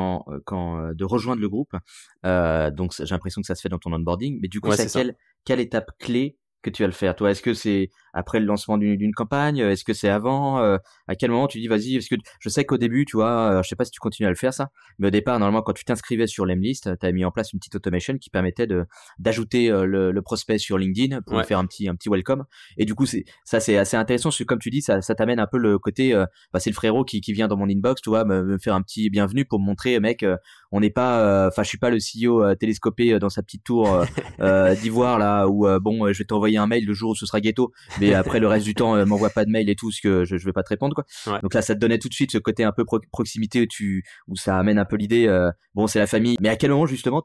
quand de rejoindre le groupe. Donc, j'ai l'impression que ça se fait dans ton onboarding. Mais du coup, Ouais, c'est c'est ça. quelle étape clé que tu vas le faire? Toi, est-ce que c'est après le lancement d'une campagne? Est-ce que c'est avant? À quel moment tu dis, vas-y, est-ce que je sais qu'au début, tu vois, je sais pas si tu continues à le faire ça, mais au départ, normalement, quand tu t'inscrivais sur l'Emlist, tu as mis en place une petite automation qui permettait d'ajouter le prospect sur LinkedIn pour lui Ouais. faire un petit welcome. Et du coup, c'est assez intéressant parce que comme tu dis, ça t'amène un peu le côté, bah, c'est le frérot qui vient dans mon inbox, tu vois, me faire un petit bienvenue pour me montrer, mec, on n'est pas, enfin, je suis pas le CEO télescopé dans sa petite tour d'ivoire là où bon, je vais t'envoyer un mail le jour où ce sera ghetto, mais après le reste du temps, m'envoie pas de mail et tout, parce que je vais pas te répondre quoi. Ouais. Donc là, ça te donnait tout de suite ce côté un peu proximité où ça amène un peu l'idée, bon, c'est la famille. Mais à quel moment justement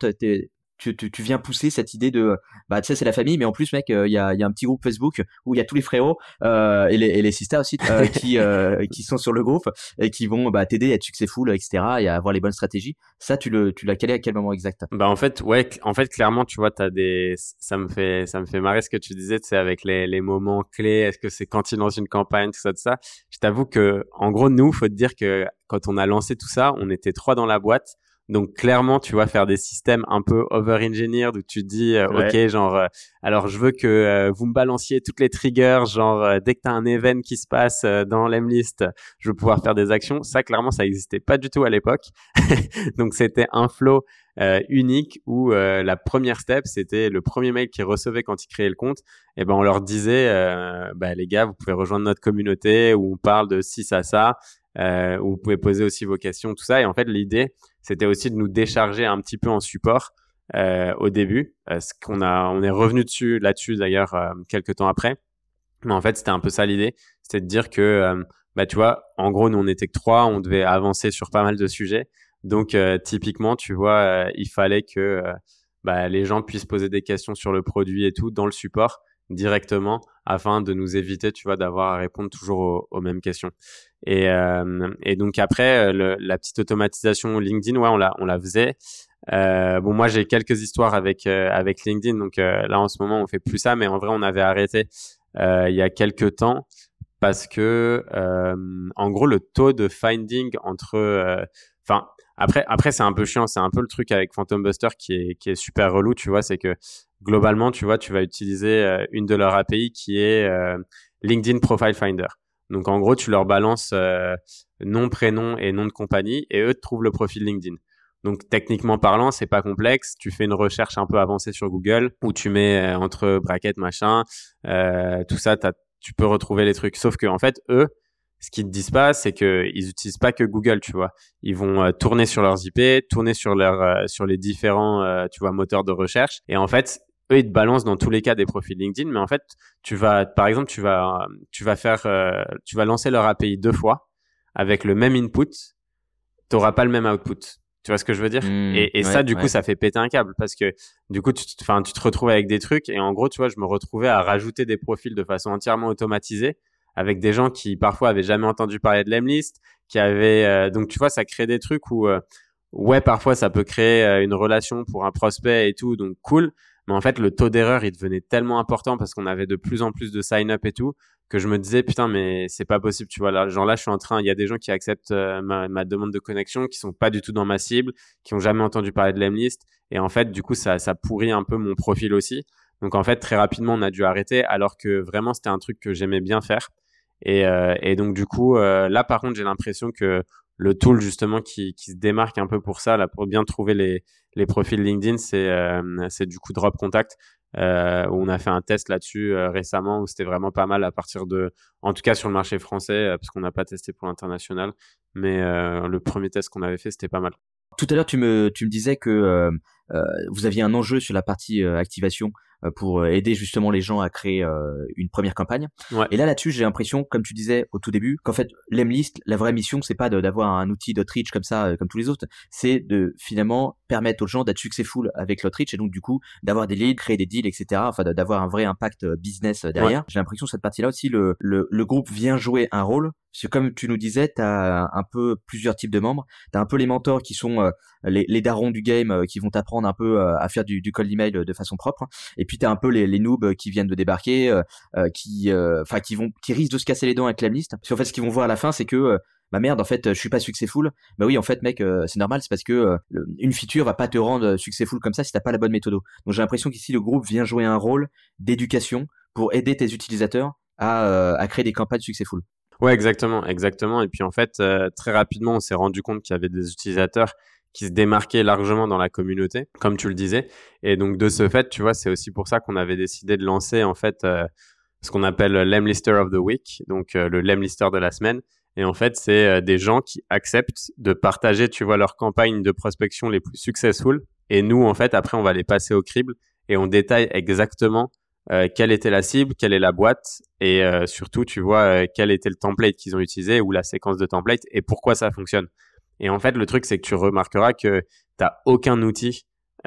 tu viens pousser cette idée de bah tu sais c'est la famille mais en plus mec il y a un petit groupe Facebook où il y a tous les frérots et les sisters aussi qui sont sur le groupe et qui vont bah t'aider à être successful etc et à avoir les bonnes stratégies. Ça tu l'as calé à quel moment exact? Bah en fait ouais en fait clairement tu vois ça me fait marrer ce que tu disais, tu sais, avec les moments clés. Est-ce que c'est quand tu lances une campagne, tout ça. Je t'avoue que en gros nous faut te dire que quand on a lancé tout ça, on était 3 dans la boîte. Donc clairement, tu vois, faire des systèmes un peu over-engineered où tu dis, Ouais. OK, genre, alors je veux que vous me balanciez toutes les triggers, genre, dès que tu as un event qui se passe dans l'Emlist, je veux pouvoir faire des actions. Ça, clairement, ça existait pas du tout à l'époque. Donc c'était un flow unique où la première step, c'était le premier mail qu'ils recevaient quand ils créaient le compte. Et ben on leur disait, bah les gars, vous pouvez rejoindre notre communauté où on parle de ci, ça, où vous pouvez poser aussi vos questions, tout ça. Et en fait, l'idée, c'était aussi de nous décharger un petit peu en support au début. On est revenu là-dessus d'ailleurs quelques temps après. Mais en fait, c'était un peu ça l'idée, c'était de dire que, bah tu vois, en gros, nous on était que 3, on devait avancer sur pas mal de sujets. Donc typiquement, tu vois, il fallait que bah, les gens puissent poser des questions sur le produit et tout dans le support directement afin de nous éviter, tu vois, d'avoir à répondre toujours aux mêmes questions. Et donc après, la petite automatisation LinkedIn, ouais, on la faisait. Bon, moi j'ai quelques histoires avec LinkedIn, donc là en ce moment on fait plus ça, mais en vrai on avait arrêté il y a quelques temps parce que en gros le taux de finding entre enfin après c'est un peu chiant, c'est un peu le truc avec Phantom Buster qui est super relou, tu vois, c'est que globalement tu vois tu vas utiliser une de leurs API qui est LinkedIn Profile Finder. Donc en gros tu leur balances nom, prénom et nom de compagnie et eux te trouvent le profil LinkedIn. Donc techniquement parlant, c'est pas complexe. Tu fais une recherche un peu avancée sur Google où tu mets entre brackets machin, tout ça, tu peux retrouver les trucs. Sauf que en fait, eux, ce qu'ils te disent pas, c'est que ils utilisent pas que Google, tu vois. Ils vont tourner sur leurs IP, tourner sur les différents, tu vois, moteurs de recherche. Et en fait, eux, ils te balancent dans tous les cas des profils LinkedIn. Mais en fait, par exemple, tu vas lancer leur API 2 fois avec le même input. T'auras pas le même output. Tu vois ce que je veux dire? Et ça, Ouais, du coup, ouais. ça fait péter un câble parce que du coup, tu te retrouves avec des trucs et en gros, tu vois, je me retrouvais à rajouter des profils de façon entièrement automatisée avec des gens qui parfois avaient jamais entendu parler de l'Emlist, qui avaient donc tu vois, ça crée des trucs où ouais, parfois ça peut créer une relation pour un prospect et tout, donc cool. Mais en fait, le taux d'erreur, il devenait tellement important parce qu'on avait de plus en plus de sign-up et tout, que je me disais, putain, mais c'est pas possible, tu vois. Là, genre là, je suis en train, il y a des gens qui acceptent ma demande de connexion, qui sont pas du tout dans ma cible, qui ont jamais entendu parler de l'Emlist. Et en fait, du coup, ça pourrit un peu mon profil aussi. Donc, en fait, très rapidement, on a dû arrêter, alors que vraiment, c'était un truc que j'aimais bien faire. Et donc, du coup, là, par contre, j'ai l'impression que le tool, justement, qui se démarque un peu pour ça, là, pour bien trouver les profils LinkedIn, c'est du coup Drop Contact. Où on a fait un test là-dessus récemment où c'était vraiment pas mal à partir de, en tout cas sur le marché français, parce qu'on n'a pas testé pour l'international, mais le premier test qu'on avait fait, c'était pas mal. Tout à l'heure, tu me disais que vous aviez un enjeu sur la partie activation pour aider justement les gens à créer une première campagne. Ouais. Et là-dessus, j'ai l'impression, comme tu disais au tout début, qu'en fait, l'Emlist, la vraie mission, c'est pas d'avoir un outil d'outreach comme ça, comme tous les autres, c'est de finalement permettre aux gens d'être successful avec l'outreach et donc du coup d'avoir des leads, créer des deals, etc. Enfin, d'avoir un vrai impact business derrière. Ouais. J'ai l'impression que cette partie-là aussi, le groupe vient jouer un rôle. Parce que comme tu nous disais, t'as un peu plusieurs types de membres. T'as un peu les mentors qui sont les darons du game qui vont t'apprendre un peu à faire du cold email de façon propre. Et puis t'as un peu les noobs qui viennent de débarquer, qui risquent de se casser les dents avec l'Emlist. Parce qu'en fait, ce qu'ils vont voir à la fin, c'est que bah merde, en fait, je suis pas successful. Bah oui, en fait, mec, c'est normal, c'est parce que une feature va pas te rendre successful comme ça si t'as pas la bonne méthode. Donc j'ai l'impression qu'ici le groupe vient jouer un rôle d'éducation pour aider tes utilisateurs à créer des campagnes successful. Ouais, exactement. Et puis en fait, très rapidement, on s'est rendu compte qu'il y avait des utilisateurs qui se démarquaient largement dans la communauté, comme tu le disais. Et donc de ce fait, tu vois, c'est aussi pour ça qu'on avait décidé de lancer en fait ce qu'on appelle l'Emlister of the Week, donc le Lemlister de la semaine. Et en fait, c'est des gens qui acceptent de partager, tu vois, leurs campagnes de prospection les plus successful. Et nous, en fait, après, on va les passer au crible et on détaille exactement quelle était la cible, quelle est la boîte et surtout, tu vois, quel était le template qu'ils ont utilisé ou la séquence de template et pourquoi ça fonctionne. Et en fait, le truc, c'est que tu remarqueras que t'as aucun outil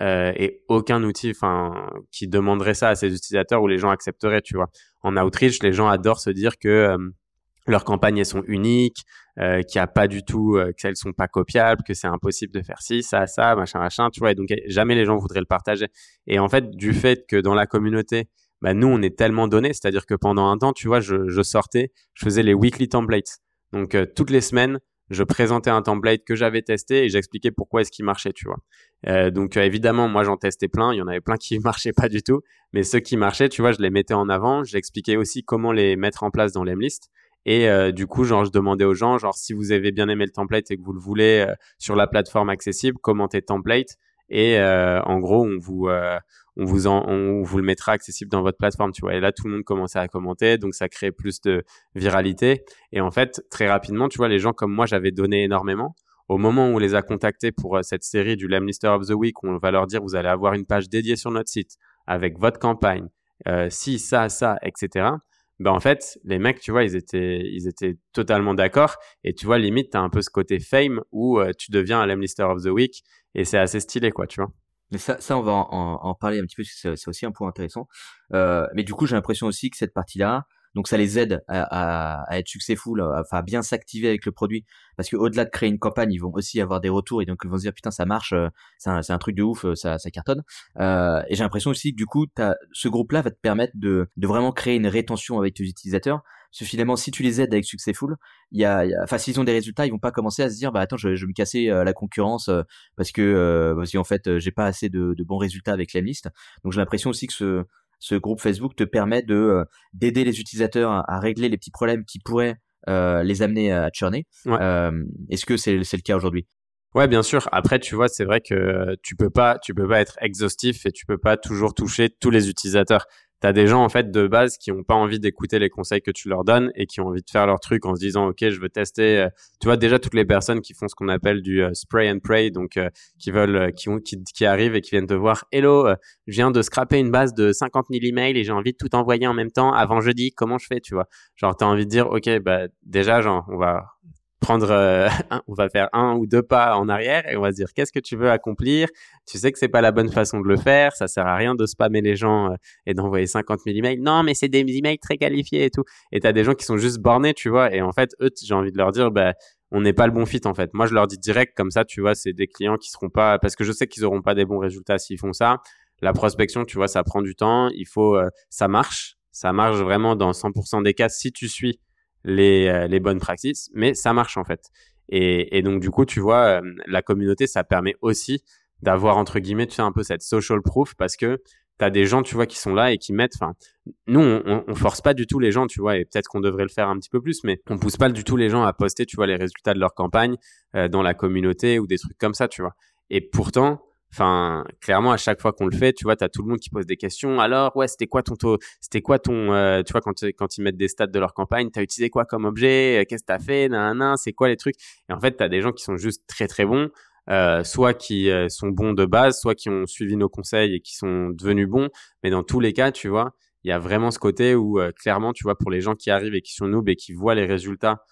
qui demanderait ça à ses utilisateurs ou les gens accepteraient, tu vois. En outreach, les gens adorent se dire que leurs campagnes, elles sont uniques, qu'il y a pas du tout, qu'elles sont pas copiables, que c'est impossible de faire ci, ça, machin, tu vois. Et donc, jamais les gens voudraient le partager. Et en fait, du fait que dans la communauté, bah, nous, on est tellement donnés, c'est-à-dire que pendant un temps, tu vois, je faisais les weekly templates. Donc, toutes les semaines, je présentais un template que j'avais testé et j'expliquais pourquoi est-ce qu'il marchait, tu vois. Donc, évidemment, moi, j'en testais plein. Il y en avait plein qui marchaient pas du tout. Mais ceux qui marchaient, tu vois, je les mettais en avant. J'expliquais aussi comment les mettre en place dans l'Emlist. Et du coup, genre, je demandais aux gens, genre, si vous avez bien aimé le template et que vous le voulez sur la plateforme accessible, commentez template. Et en gros, on vous le mettra accessible dans votre plateforme, tu vois. Et là, tout le monde commençait à commenter, donc ça crée plus de viralité. Et en fait, très rapidement, tu vois, les gens comme moi, j'avais donné énormément. Au moment où on les a contactés pour cette série du Lemlister of the Week, on va leur dire, vous allez avoir une page dédiée sur notre site avec votre campagne, ci, ça, etc. Ben en fait, les mecs, tu vois, ils étaient totalement d'accord. Et tu vois, limite, t'as un peu ce côté fame où tu deviens un Lemlister of the Week et c'est assez stylé, quoi, tu vois. Mais ça on va en parler un petit peu, parce que c'est aussi un point intéressant. Mais du coup, j'ai l'impression aussi que cette partie-là, donc ça les aide à être successful, enfin à bien s'activer avec le produit, parce que au-delà de créer une campagne, ils vont aussi avoir des retours et donc ils vont se dire putain ça marche, c'est un truc de ouf, ça cartonne. Et j'ai l'impression aussi que du coup, ce groupe-là va te permettre de vraiment créer une rétention avec tes utilisateurs. Parce que finalement, si tu les aides avec Successful, enfin, s'ils ont des résultats, ils vont pas commencer à se dire, bah attends, je vais me casser la concurrence parce qu'en fait, j'ai pas assez de bons résultats avec l'Emlist. Donc j'ai l'impression aussi que ce groupe Facebook te permet d'aider les utilisateurs à régler les petits problèmes qui pourraient les amener à churner. Ouais. Est-ce que c'est le cas aujourd'hui? Ouais, bien sûr. Après, tu vois, c'est vrai que tu peux pas être exhaustif et tu peux pas toujours toucher tous les utilisateurs. T'as des gens, en fait, de base qui ont pas envie d'écouter les conseils que tu leur donnes et qui ont envie de faire leur truc en se disant, OK, je veux tester. Tu vois, déjà, toutes les personnes qui font ce qu'on appelle du spray and pray, donc, qui arrivent et qui viennent te voir. Hello, je viens de scraper une base de 50 000 emails et j'ai envie de tout envoyer en même temps avant jeudi. Comment je fais, tu vois? Genre, t'as envie de dire, OK, bah, déjà, genre, on va faire 1 ou 2 pas en arrière et on va se dire qu'est-ce que tu veux accomplir. Tu sais que c'est pas la bonne façon de le faire. Ça sert à rien de spammer les gens et d'envoyer 50 000 emails. Non, mais c'est des emails très qualifiés et tout. Et t'as des gens qui sont juste bornés, tu vois. Et en fait, eux, j'ai envie de leur dire, bah, on n'est pas le bon fit, en fait. Moi, je leur dis direct comme ça, tu vois, c'est des clients qui seront pas, parce que je sais qu'ils auront pas des bons résultats s'ils font ça. La prospection, tu vois, ça prend du temps. Ça marche. Ça marche vraiment dans 100% des cas si tu suis les bonnes practices, mais ça marche en fait. Et donc du coup, tu vois, la communauté, ça permet aussi d'avoir entre guillemets, tu sais, un peu cette social proof parce que t'as des gens, tu vois, qui sont là et qui mettent. Enfin, nous, on force pas du tout les gens, tu vois, et peut-être qu'on devrait le faire un petit peu plus, mais on pousse pas du tout les gens à poster, tu vois, les résultats de leur campagne dans la communauté ou des trucs comme ça, tu vois. Et pourtant, Enfin, clairement, à chaque fois qu'on le fait, tu vois, t'as tout le monde qui pose des questions. Alors, ouais, c'était quoi ton, tu vois, quand ils mettent des stats de leur campagne, t'as utilisé quoi comme objet? Qu'est-ce que t'as fait? Nan, c'est quoi les trucs? Et en fait, t'as des gens qui sont juste très, très bons, soit qui sont bons de base, soit qui ont suivi nos conseils et qui sont devenus bons. Mais dans tous les cas, tu vois, il y a vraiment ce côté où, clairement, tu vois, pour les gens qui arrivent et qui sont noobs et qui voient les résultats,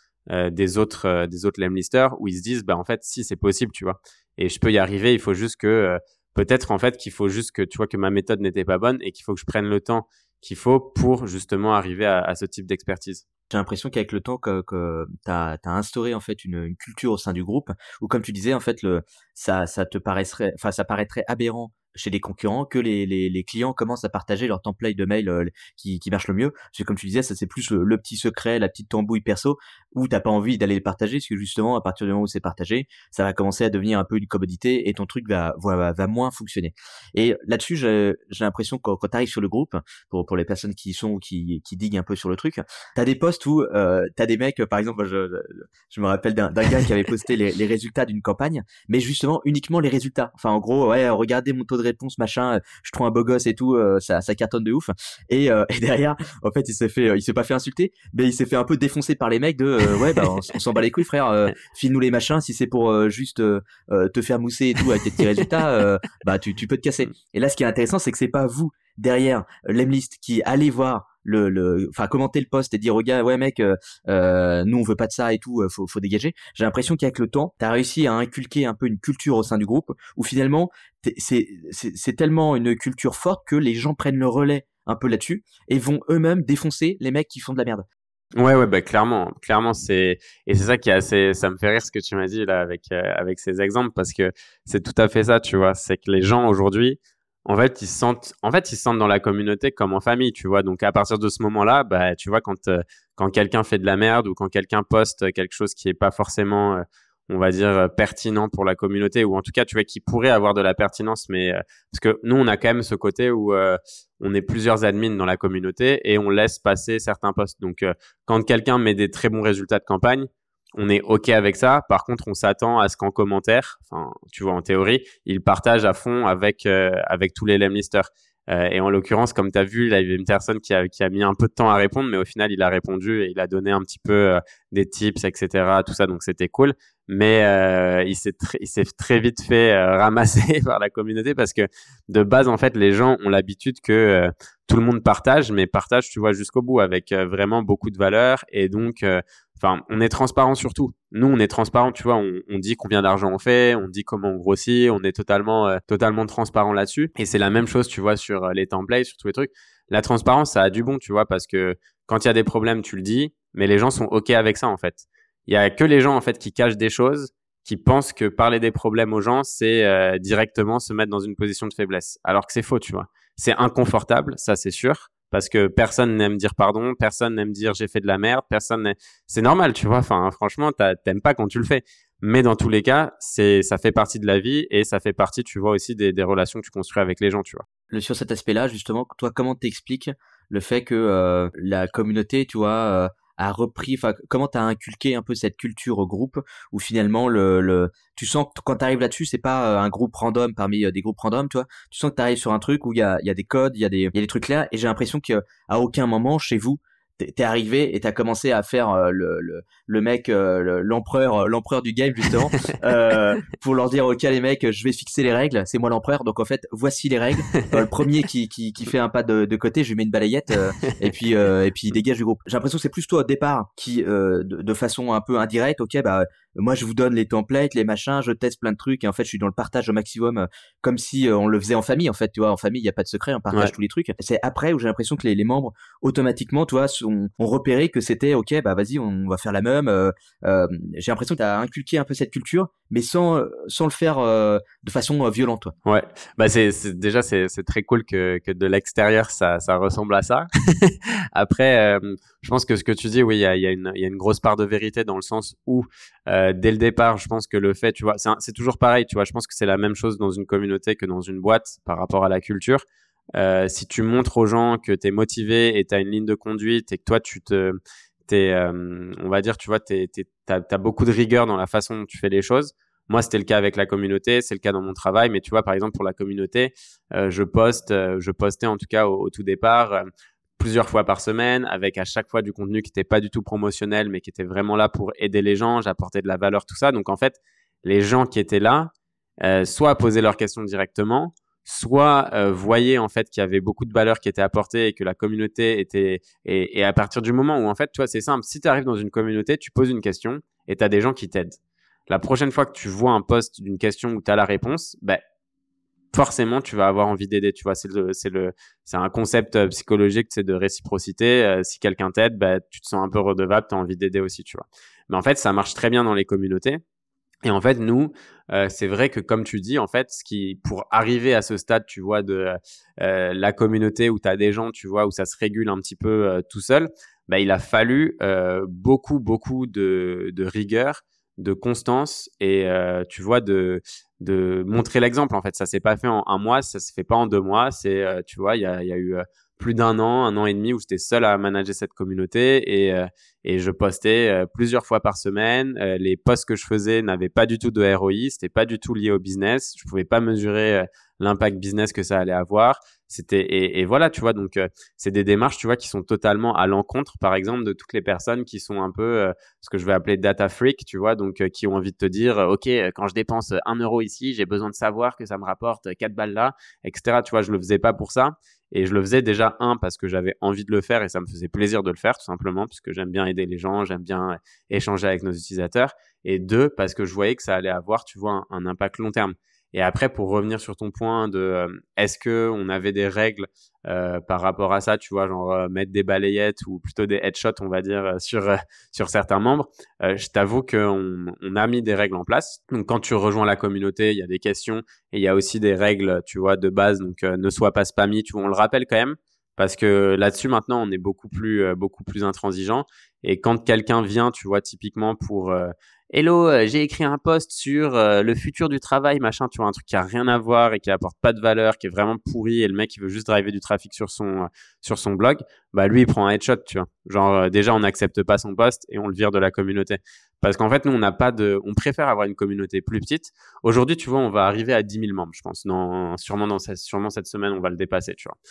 des autres lemlisters, où ils se disent, bah, en fait, si, c'est possible, tu vois. Et je peux y arriver, il faut juste que peut-être en fait qu'il faut juste que tu vois que ma méthode n'était pas bonne et qu'il faut que je prenne le temps qu'il faut pour justement arriver à ce type d'expertise. J'ai l'impression qu'avec le temps que t'as instauré en fait une culture au sein du groupe où, comme tu disais, en fait ça te paraîtrait, enfin ça paraîtrait aberrant chez des concurrents que les clients commencent à partager leur template de mail qui marche le mieux. Parce que comme tu disais, ça c'est plus le petit secret, la petite tambouille perso où t'as pas envie d'aller le partager, parce que justement à partir du moment où c'est partagé, ça va commencer à devenir un peu une commodité et ton truc va moins fonctionner. Et là-dessus, j'ai l'impression que quand t'arrives sur le groupe, pour les personnes qui sont qui diguent un peu sur le truc, t'as des posts où t'as des mecs, par exemple, je me rappelle d'un gars qui avait posté les résultats d'une campagne, mais justement uniquement les résultats. Enfin, en gros, ouais, regardez mon taux de réponse, machin, je trouve un beau gosse et tout, ça cartonne de ouf. Et derrière, en fait, il s'est pas fait insulter, mais il s'est fait un peu défoncer par les mecs de, ouais, bah, on s'en bat les couilles, frère, file-nous les machins, si c'est pour juste te faire mousser et tout avec tes petits résultats, bah, tu peux te casser. Et là, ce qui est intéressant, c'est que c'est pas vous derrière l'Emlist qui allez voir enfin commenter le post et dire au gars, ouais mec, nous on veut pas de ça et tout, faut dégager. J'ai l'impression qu'avec le temps t'as réussi à inculquer un peu une culture au sein du groupe où finalement c'est tellement une culture forte que les gens prennent le relais un peu là-dessus et vont eux-mêmes défoncer les mecs qui font de la merde. Ouais, bah clairement, et c'est ça qui est assez, ça me fait rire ce que tu m'as dit là avec ces exemples parce que c'est tout à fait ça, tu vois, c'est que les gens aujourd'hui, en fait, ils se sentent dans la communauté comme en famille, tu vois. Donc à partir de ce moment-là, bah tu vois quand quelqu'un fait de la merde ou quand quelqu'un poste quelque chose qui est pas forcément on va dire pertinent pour la communauté ou en tout cas tu vois qui pourrait avoir de la pertinence mais parce que nous on a quand même ce côté où on est plusieurs admins dans la communauté et on laisse passer certains posts. Donc quand quelqu'un met des très bons résultats de campagne, on est OK avec ça. Par contre, on s'attend à ce qu'en commentaire, enfin, tu vois, en théorie, il partage à fond avec tous les lemlisters. Et en l'occurrence, comme tu as vu, il y avait une personne qui a mis un peu de temps à répondre, mais au final, il a répondu et il a donné un petit peu des tips, etc. Tout ça, donc c'était cool. Mais il s'est très vite fait ramasser par la communauté parce que de base, en fait, les gens ont l'habitude que tout le monde partage, mais partage, tu vois, jusqu'au bout avec vraiment beaucoup de valeur. Et donc, enfin, on est transparent sur tout. Nous, on est transparent, tu vois, on dit combien d'argent on fait, on dit comment on grossit, on est totalement transparent là-dessus. Et c'est la même chose, tu vois, sur les templates, sur tous les trucs. La transparence, ça a du bon, tu vois, parce que quand il y a des problèmes, tu le dis, mais les gens sont OK avec ça, en fait. Il y a que les gens, en fait, qui cachent des choses, qui pensent que parler des problèmes aux gens, c'est directement se mettre dans une position de faiblesse. Alors que c'est faux, tu vois. C'est inconfortable, ça, c'est sûr. Parce que personne n'aime dire pardon, personne n'aime dire j'ai fait de la merde, c'est normal, tu vois. Enfin, franchement, t'aimes pas quand tu le fais. Mais dans tous les cas, ça fait partie de la vie et ça fait partie, tu vois, aussi des relations que tu construis avec les gens, tu vois. Sur cet aspect-là, justement, toi, comment t'expliques le fait que la communauté, tu vois, a repris, enfin, comment t'as inculqué un peu cette culture au groupe où finalement tu sens que quand t'arrives là-dessus, c'est pas un groupe random parmi des groupes random, tu vois. Tu sens que t'arrives sur un truc où il y a des codes, il y a des trucs là, et j'ai l'impression qu'à aucun moment chez vous t'es arrivé et t'as commencé à faire le mec l'empereur du game justement pour leur dire ok les mecs, je vais fixer les règles, c'est moi l'empereur, donc en fait voici les règles. Le premier qui fait un pas de côté, je lui mets une balayette et puis il dégage du groupe. J'ai l'impression que c'est plus toi au départ qui de façon un peu indirecte, ok bah moi je vous donne les templates, les machins, je teste plein de trucs et en fait je suis dans le partage au maximum comme si on le faisait en famille en fait, tu vois, en famille il y a pas de secret, on partage tous les trucs. C'est après où j'ai l'impression que les membres automatiquement, tu vois, ont repéré que c'était ok bah vas-y on va faire la même. J'ai l'impression que t'as inculqué un peu cette culture mais sans le faire de façon violente, toi. Ouais, bah déjà c'est très cool que de l'extérieur ça ressemble à ça. Après, je pense que ce que tu dis, oui, il y a une grosse part de vérité dans le sens où dès le départ, je pense que le fait, tu vois, c'est toujours pareil, tu vois, je pense que c'est la même chose dans une communauté que dans une boîte par rapport à la culture. Si tu montres aux gens que t'es motivé et t'as une ligne de conduite et que toi on va dire, tu vois, t'as beaucoup de rigueur dans la façon dont tu fais les choses. Moi, c'était le cas avec la communauté, c'est le cas dans mon travail. Mais tu vois, par exemple, pour la communauté, je postais en tout cas au tout départ plusieurs fois par semaine, avec à chaque fois du contenu qui n'était pas du tout promotionnel, mais qui était vraiment là pour aider les gens, j'apportais de la valeur, tout ça. Donc en fait, les gens qui étaient là, soit posaient leurs questions directement, soit voyaient en fait qu'il y avait beaucoup de valeur qui était apportée et que la communauté était… Et à partir du moment où en fait, tu vois, c'est simple, si tu arrives dans une communauté, tu poses une question et tu as des gens qui t'aident. La prochaine fois que tu vois un post d'une question où tu as la réponse, ben, forcément, tu vas avoir envie d'aider. Tu vois, c'est un concept psychologique, c'est de réciprocité. Si quelqu'un t'aide, bah, tu te sens un peu redevable, tu as envie d'aider aussi, tu vois. Mais en fait, ça marche très bien dans les communautés. Et en fait, nous, c'est vrai que comme tu dis, en fait, pour arriver à ce stade, tu vois, de la communauté où tu as des gens, tu vois, où ça se régule un petit peu tout seul, bah, il a fallu beaucoup de rigueur, de constance et tu vois de montrer l'exemple. En fait, ça s'est pas fait en un mois, ça se fait pas en 2 mois. C'est tu vois, il y a eu plus d'un an, 1 an et demi où j'étais seul à manager cette communauté et je postais plusieurs fois par semaine. Les posts que je faisais n'avaient pas du tout de ROI, c'était pas du tout lié au business. Je pouvais pas mesurer l'impact business que ça allait avoir. Et voilà, tu vois, donc c'est des démarches, tu vois, qui sont totalement à l'encontre, par exemple, de toutes les personnes qui sont un peu ce que je vais appeler data freak, tu vois, donc qui ont envie de te dire, ok, quand je dépense 1 € ici, j'ai besoin de savoir que ça me rapporte 4 balles là, etc. Tu vois, je le faisais pas pour ça. Et je le faisais déjà, parce que j'avais envie de le faire et ça me faisait plaisir de le faire, tout simplement, parce que j'aime bien aider les gens, j'aime bien échanger avec nos utilisateurs. Et 2, parce que je voyais que ça allait avoir, tu vois, un impact long terme. Et après, pour revenir sur ton point de est-ce que on avait des règles par rapport à ça, tu vois, genre mettre des balayettes ou plutôt des headshots, on va dire, sur certains membres, je t'avoue qu'on a mis des règles en place. Donc, quand tu rejoins la communauté, il y a des questions et il y a aussi des règles, tu vois, de base. Donc, ne sois pas spammy, tu vois, on le rappelle quand même. Parce que là-dessus, maintenant, on est beaucoup plus intransigeant. Et quand quelqu'un vient, tu vois, typiquement pour Hello, j'ai écrit un post sur le futur du travail, machin, tu vois, un truc qui a rien à voir et qui apporte pas de valeur, qui est vraiment pourri, et le mec, il veut juste driver du trafic sur son blog, bah lui, il prend un headshot, tu vois. Genre, déjà, on n'accepte pas son post et on le vire de la communauté. Parce qu'en fait, nous, on préfère avoir une communauté plus petite. Aujourd'hui, tu vois, on va arriver à 10 000 membres, je pense. Sûrement cette semaine, on va le dépasser, tu vois.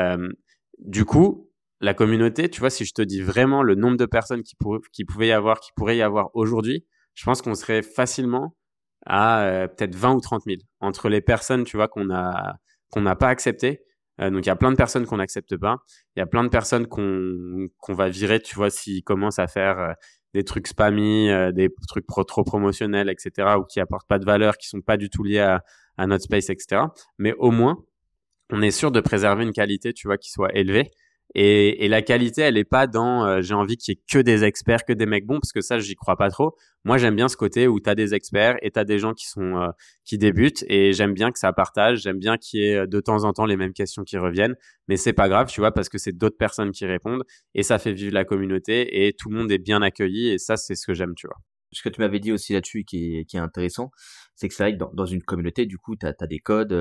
Du coup, la communauté, tu vois, si je te dis vraiment le nombre de personnes qui pourrait y avoir aujourd'hui, je pense qu'on serait facilement à peut-être 20 ou 30 000 entre les personnes, tu vois, qu'on n'a pas acceptées. Donc, il y a plein de personnes qu'on n'accepte pas. Il y a plein de personnes qu'on va virer, tu vois, s'ils commencent à faire des trucs spammy, des trucs trop promotionnels, etc., ou qui apportent pas de valeur, qui sont pas du tout liés à notre space, etc. Mais au moins, on est sûr de préserver une qualité, tu vois, qui soit élevée. Et la qualité, elle est pas dans j'ai envie qu'il y ait que des experts, que des mecs bons, parce que ça, j'y crois pas trop. Moi, j'aime bien ce côté où tu as des experts et tu as des gens qui débutent, et j'aime bien que ça partage, j'aime bien qu'il y ait de temps en temps les mêmes questions qui reviennent, mais c'est pas grave, tu vois, parce que c'est d'autres personnes qui répondent et ça fait vivre la communauté et tout le monde est bien accueilli, et ça, c'est ce que j'aime, tu vois. Ce que tu m'avais dit aussi là-dessus qui est intéressant, c'est que c'est vrai que dans une communauté, du coup, t'as des codes,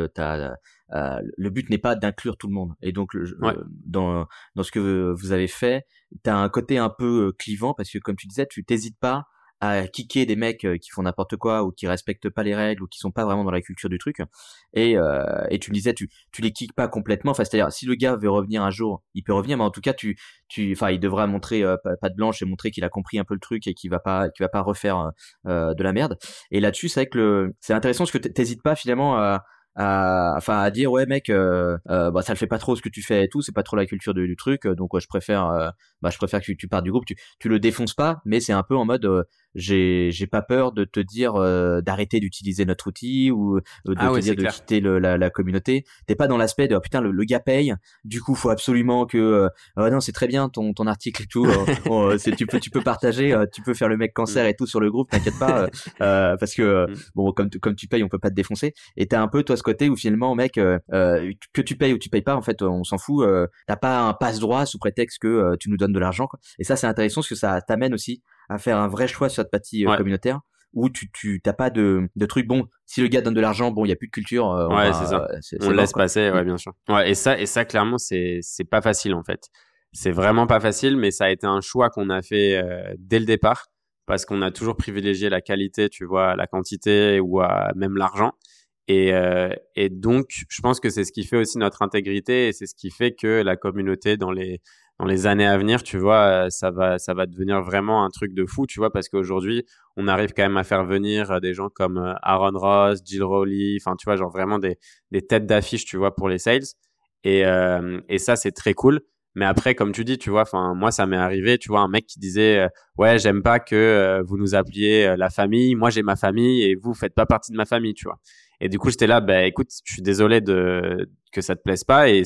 le but n'est pas d'inclure tout le monde. Et donc, dans ce que vous avez fait, t'as un côté un peu clivant parce que, comme tu disais, tu t'hésites pas à kicker des mecs qui font n'importe quoi ou qui respectent pas les règles ou qui sont pas vraiment dans la culture du truc. Et tu me disais, tu les kicks pas complètement. Enfin, c'est-à-dire, si le gars veut revenir un jour, il peut revenir, mais en tout cas, enfin, il devra montrer patte blanche et montrer qu'il a compris un peu le truc et qu'il va pas refaire de la merde. Et là-dessus, c'est vrai que c'est intéressant parce que t'hésites pas finalement à dire ouais mec bah ça le fait pas trop ce que tu fais et tout, c'est pas trop la culture du truc, donc je préfère que tu partes du groupe, tu le défonces pas, mais c'est un peu en mode j'ai pas peur de te dire d'arrêter d'utiliser notre outil ou de te dire de quitter la communauté. T'es pas dans l'aspect de putain le gars paye, du coup faut absolument que non c'est très bien ton article et tout, tu peux partager, tu peux faire le mec cancer et tout sur le groupe, t'inquiète pas, parce que bon comme tu payes on peut pas te défoncer. Et t'as un peu toi ce côté où finalement mec que tu payes ou tu payes pas, en fait on s'en fout, t'as pas un passe droit sous prétexte que tu nous donnes de l'argent quoi. Et ça c'est intéressant parce que ça t'amène aussi à faire un vrai choix sur cette partie communautaire où tu t'as pas de truc. Bon, si le gars donne de l'argent, bon il y a plus de culture, c'est ça, on le laisse passer, ouais bien sûr. Ouais, et ça clairement c'est pas facile en fait. C'est vraiment pas facile, mais ça a été un choix qu'on a fait dès le départ parce qu'on a toujours privilégié la qualité, tu vois, la quantité ou même l'argent. Et donc, je pense que c'est ce qui fait aussi notre intégrité et c'est ce qui fait que la communauté dans les années à venir, tu vois, ça va devenir vraiment un truc de fou, tu vois, parce qu'aujourd'hui, on arrive quand même à faire venir des gens comme Aaron Ross, Jill Rowley, enfin, tu vois, genre vraiment des têtes d'affiche, tu vois, pour les sales. Et ça, c'est très cool. Mais après, comme tu dis, tu vois, enfin, moi, ça m'est arrivé, tu vois, un mec qui disait, ouais, j'aime pas que vous nous appeliez la famille. Moi, j'ai ma famille et vous faites pas partie de ma famille, tu vois. Et du coup, j'étais là, bah, écoute, je suis désolé que ça te plaise pas et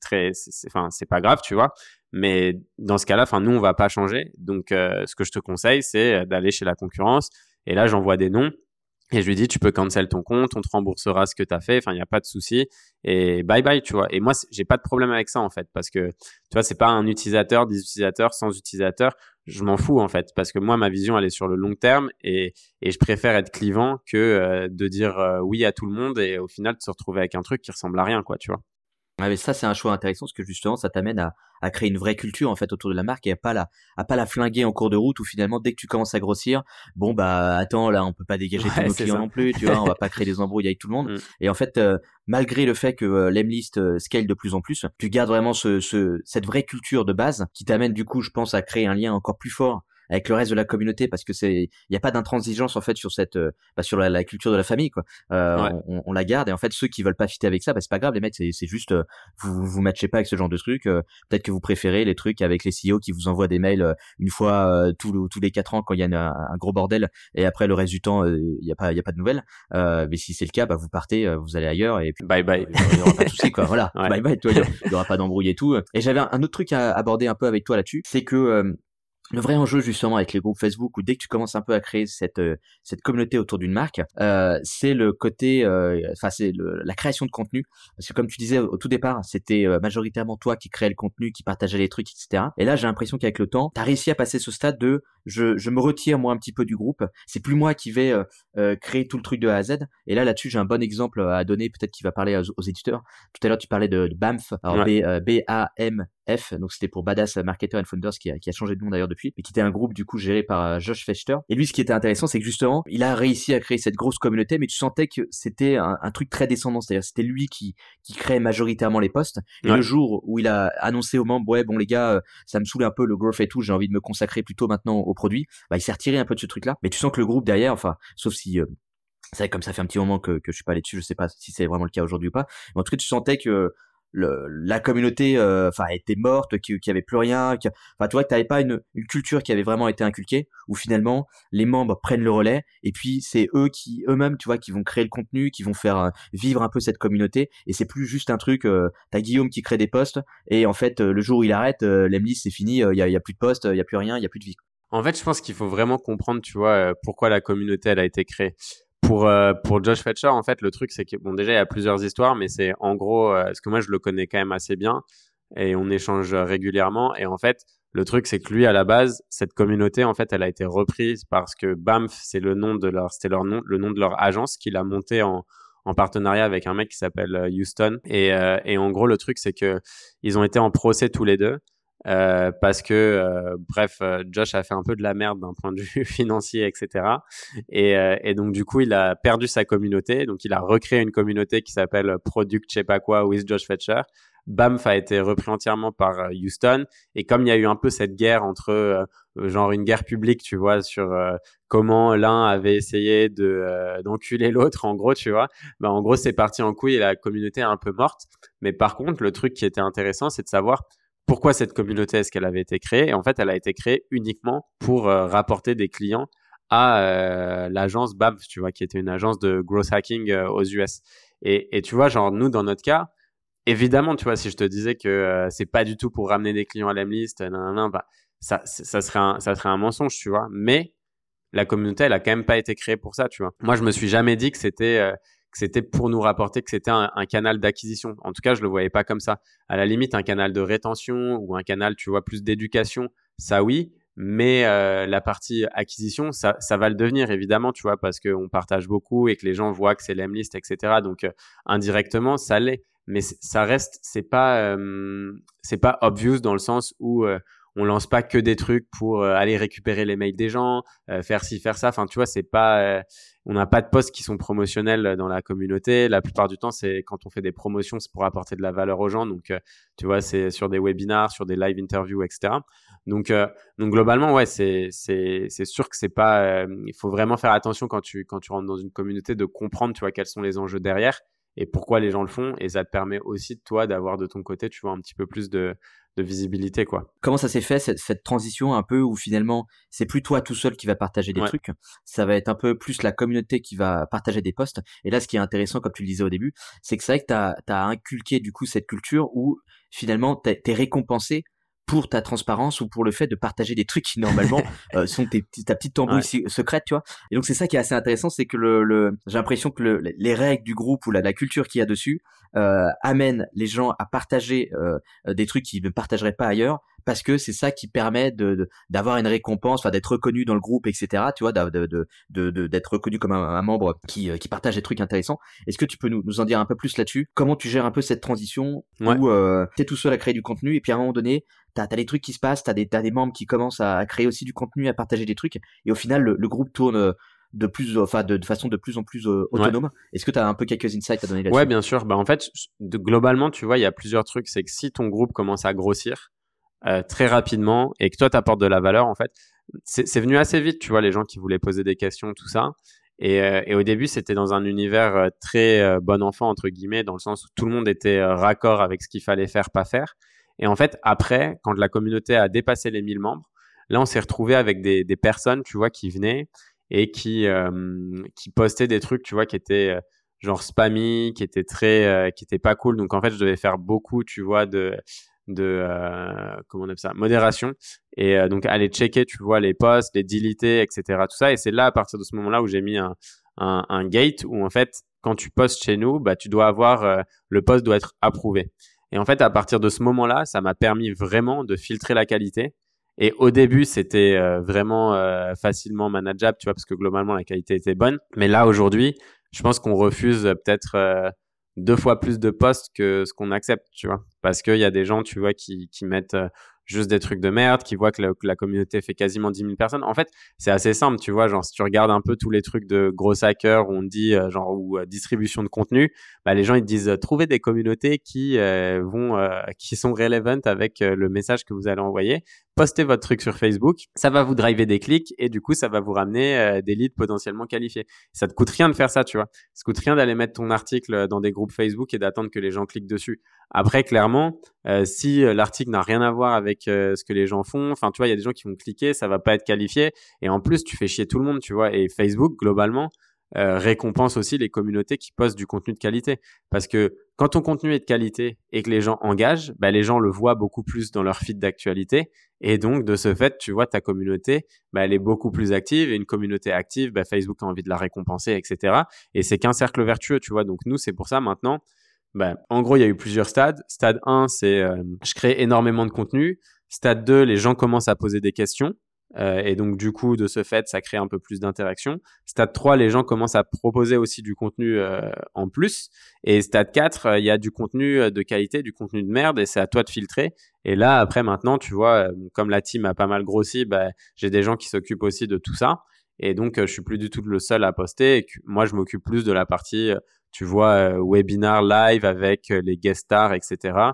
enfin, c'est pas grave, tu vois. Mais dans ce cas-là, enfin, nous, on va pas changer. Donc, ce que je te conseille, c'est d'aller chez la concurrence. Et là, j'envoie des noms. Et je lui dis, tu peux cancel ton compte, on te remboursera ce que tu as fait, enfin, il n'y a pas de souci. Et bye bye, tu vois. Et moi, j'ai pas de problème avec ça, en fait, parce que, tu vois, c'est pas un utilisateur, des utilisateurs, sans utilisateurs. Je m'en fous, en fait, parce que moi, ma vision, elle est sur le long terme et je préfère être clivant que de dire oui à tout le monde et au final, de se retrouver avec un truc qui ressemble à rien, quoi, tu vois. Ouais, mais ça, c'est un choix intéressant parce que justement, ça t'amène à créer une vraie culture en fait autour de la marque et à pas la flinguer en cours de route où finalement, dès que tu commences à grossir, bon bah attends, là, on peut pas dégager tous Ouais, nos c'est clients ça. non plus, tu vois, on va pas créer des embrouilles avec tout le monde. Mm. Et en fait, malgré le fait que l'Emlist scale de plus en plus, tu gardes vraiment cette vraie culture de base qui t'amène du coup, je pense, à créer un lien encore plus fort avec le reste de la communauté parce que il y a pas d'intransigeance en fait sur sur la culture de la famille quoi. Ouais. On la garde et en fait ceux qui veulent pas fitter avec ça, bah c'est pas grave les mecs, c'est juste vous matchez pas avec ce genre de trucs. Peut-être que vous préférez les trucs avec les CEO qui vous envoient des mails une fois tous les 4 ans quand il y a un gros bordel et après le reste du temps il y a pas de nouvelles. Mais si c'est le cas, bah vous partez, vous allez ailleurs et puis Bye bye. il y aura pas de souci quoi. Voilà, Ouais. bye bye toi, il y aura pas d'embrouille et tout. Et j'avais un autre truc à aborder un peu avec toi là-dessus, c'est que le vrai enjeu justement avec les groupes Facebook ou dès que tu commences un peu à créer cette communauté autour d'une marque, c'est le côté, enfin c'est la création de contenu. Parce que comme tu disais au tout départ, c'était majoritairement toi qui créais le contenu, qui partageais les trucs, etc. Et là j'ai l'impression qu'avec le temps, t'as réussi à passer ce stade de je me retire moi un petit peu du groupe. C'est plus moi qui vais créer tout le truc de A à Z. Et là-dessus j'ai un bon exemple à donner, peut-être qui va parler aux éditeurs. Tout à l'heure tu parlais de BAMF, alors Ouais. BAMF, donc c'était pour Badass Marketer and Founders qui a changé de nom d'ailleurs depuis, mais qui était un groupe du coup géré par Josh Fechter. Et lui, ce qui était intéressant, c'est que justement, il a réussi à créer cette grosse communauté, mais tu sentais que c'était un truc très descendant, c'est-à-dire c'était lui qui créait majoritairement les posts. Et Ouais. le jour où il a annoncé aux membres, ouais bon les gars, ça me saoule un peu le growth et tout, j'ai envie de me consacrer plutôt maintenant au produit, bah il s'est retiré un peu de ce truc-là. Mais tu sens que le groupe derrière, enfin, sauf si c'est vrai, comme ça fait un petit moment que je suis pas allé dessus, je sais pas si c'est vraiment le cas aujourd'hui ou pas. Mais en tout cas, tu sentais que la communauté enfin était morte, qu'il y avait plus rien, enfin tu vois que t'avais pas une culture qui avait vraiment été inculquée où finalement les membres prennent le relais et puis c'est eux-mêmes tu vois qui vont créer le contenu, qui vont faire vivre un peu cette communauté et c'est plus juste un truc t'as Guillaume qui crée des posts et en fait le jour où il arrête l'Emlist c'est fini, il y a plus de posts, il y a plus rien, il y a plus de vie. En fait, je pense qu'il faut vraiment comprendre, tu vois, pourquoi la communauté, elle a été créée. Pour Josh Fetcher, en fait, le truc, c'est que, bon, déjà, il y a plusieurs histoires, mais c'est en gros, parce que moi, je le connais quand même assez bien et on échange régulièrement. Et en fait, le truc, c'est que lui, à la base, cette communauté, en fait, elle a été reprise parce que BAMF, c'est le nom de le nom de leur agence qu'il a monté en partenariat avec un mec qui s'appelle Houston. Et en gros, le truc, c'est que ils ont été en procès tous les deux. Parce que bref, Josh a fait un peu de la merde d'un point de vue financier, etc. Et donc du coup, il a perdu sa communauté. Donc il a recréé une communauté qui s'appelle Product, je sais pas quoi, with Josh Fetcher. BAMF a été repris entièrement par Houston. Et comme il y a eu un peu cette guerre entre genre une guerre publique, tu vois, sur comment l'un avait essayé d'enculer l'autre, en gros, tu vois. Bah en gros, c'est parti en couille et la communauté est un peu morte. Mais par contre, le truc qui était intéressant, c'est de savoir pourquoi cette communauté est-ce qu'elle avait été créée. Et en fait, elle a été créée uniquement pour rapporter des clients à l'agence BAMF, tu vois, qui était une agence de growth hacking aux US. Et tu vois, genre, nous, dans notre cas, évidemment, tu vois, si je te disais que c'est pas du tout pour ramener des clients à l'Emlist, bah, ça serait un mensonge, tu vois. Mais la communauté, elle a quand même pas été créée pour ça, tu vois. Moi, je me suis jamais dit que c'était pour nous rapporter, que c'était un canal d'acquisition. En tout cas, je le voyais pas comme ça. À la limite, un canal de rétention ou un canal, tu vois, plus d'éducation, ça oui. Mais la partie acquisition, ça va le devenir évidemment, tu vois, parce qu'on partage beaucoup et que les gens voient que c'est l'Emlist, etc. Donc indirectement, ça l'est. Mais ça reste, c'est pas obvious dans le sens où on lance pas que des trucs pour aller récupérer les mails des gens, faire ci, faire ça. Enfin, tu vois, c'est pas, on n'a pas de posts qui sont promotionnels dans la communauté. La plupart du temps, c'est quand on fait des promotions, c'est pour apporter de la valeur aux gens. Donc, tu vois, c'est sur des webinars, sur des live interviews, etc. Donc globalement, ouais, c'est sûr que c'est pas, il faut vraiment faire attention quand tu rentres dans une communauté de comprendre, tu vois, quels sont les enjeux derrière et pourquoi les gens le font. Et ça te permet aussi, de toi, d'avoir de ton côté, tu vois, un petit peu plus de visibilité, quoi. Comment ça s'est fait cette transition un peu où finalement c'est plus toi tout seul qui va partager des trucs, ça va être un peu plus la communauté qui va partager des posts. Et là, ce qui est intéressant, comme tu le disais au début, c'est que c'est vrai que t'as inculqué du coup cette culture où finalement t'es récompensé pour ta transparence ou pour le fait de partager des trucs qui normalement sont ta petite tambouille secrète, tu vois. Et donc c'est ça qui est assez intéressant, c'est que j'ai l'impression que les règles du groupe ou la culture qu'il y a dessus amènent les gens à partager des trucs qu'ils ne partageraient pas ailleurs, parce que c'est ça qui permet d'avoir une récompense, enfin d'être reconnu dans le groupe, etc. Tu vois, d'être reconnu comme un membre qui partage des trucs intéressants. Est-ce que tu peux nous en dire un peu plus là-dessus? Comment tu gères un peu cette transition où t'es tout seul à créer du contenu et puis à un moment donné t'as des trucs qui se passent, t'as des membres qui commencent à créer aussi du contenu, à partager des trucs, et au final le groupe tourne de façon de plus en plus autonome. Est-ce que tu as un peu quelques insights à donner là-dessus? Ouais, bien sûr. Bah, en fait, globalement, tu vois, il y a plusieurs trucs. C'est que si ton groupe commence à grossir très rapidement et que toi, tu apportes de la valeur, en fait, c'est venu assez vite, tu vois, les gens qui voulaient poser des questions, tout ça. Et au début, c'était dans un univers très bon enfant, entre guillemets, dans le sens où tout le monde était raccord avec ce qu'il fallait faire, pas faire. Et en fait, après, quand la communauté a dépassé les 1000 membres, là, on s'est retrouvé avec des personnes, tu vois, qui venaient et qui postaient des trucs, tu vois, qui étaient genre spammy, qui étaient pas cool. Donc, en fait, je devais faire beaucoup, tu vois, de comment on appelle ça, modération. Et donc, aller checker, tu vois, les posts, les deleter, etc. Tout ça. Et c'est là, à partir de ce moment-là, où j'ai mis un gate où, en fait, quand tu postes chez nous, bah, tu dois avoir, le post doit être approuvé. Et en fait, à partir de ce moment-là, ça m'a permis vraiment de filtrer la qualité. Et au début, c'était vraiment facilement manageable, tu vois, parce que globalement, la qualité était bonne. Mais là, aujourd'hui, je pense qu'on refuse peut-être 2 fois plus de posts que ce qu'on accepte, tu vois. Parce qu'il y a des gens, tu vois, qui mettent juste des trucs de merde, qui voient que la communauté fait quasiment 10 000 personnes. En fait, c'est assez simple, tu vois. Genre, si tu regardes un peu tous les trucs de gros hackers où on dit, ou distribution de contenu, bah, les gens, ils te disent, trouvez des communautés qui sont relevant avec le message que vous allez envoyer. Postez votre truc sur Facebook, ça va vous driver des clics et du coup, ça va vous ramener des leads potentiellement qualifiés. Ça te coûte rien de faire ça, tu vois. Ça coûte rien d'aller mettre ton article dans des groupes Facebook et d'attendre que les gens cliquent dessus. Après, clairement, si l'article n'a rien à voir avec ce que les gens font, enfin, tu vois, il y a des gens qui vont cliquer, ça va pas être qualifié. Et en plus, tu fais chier tout le monde, tu vois. Et Facebook, globalement, récompense aussi les communautés qui postent du contenu de qualité. Parce que quand ton contenu est de qualité et que les gens engagent, bah, les gens le voient beaucoup plus dans leur feed d'actualité. Et donc, de ce fait, tu vois, ta communauté, bah, elle est beaucoup plus active. Et une communauté active, bah, Facebook a envie de la récompenser, etc. Et c'est qu'un cercle vertueux, tu vois. Donc, nous, c'est pour ça maintenant, bah, en gros, il y a eu plusieurs stades. Stade 1, c'est je crée énormément de contenu. Stade 2, les gens commencent à poser des questions. Et donc, du coup, de ce fait, ça crée un peu plus d'interaction. Stade 3, les gens commencent à proposer aussi du contenu en plus. Et stade 4, il y a du contenu de qualité, du contenu de merde, et c'est à toi de filtrer. Et là, après, maintenant, tu vois, comme la team a pas mal grossi, bah, j'ai des gens qui s'occupent aussi de tout ça. Et donc, je suis plus du tout le seul à poster. Et moi, je m'occupe plus de la partie, tu vois, webinar live avec les guest stars, etc.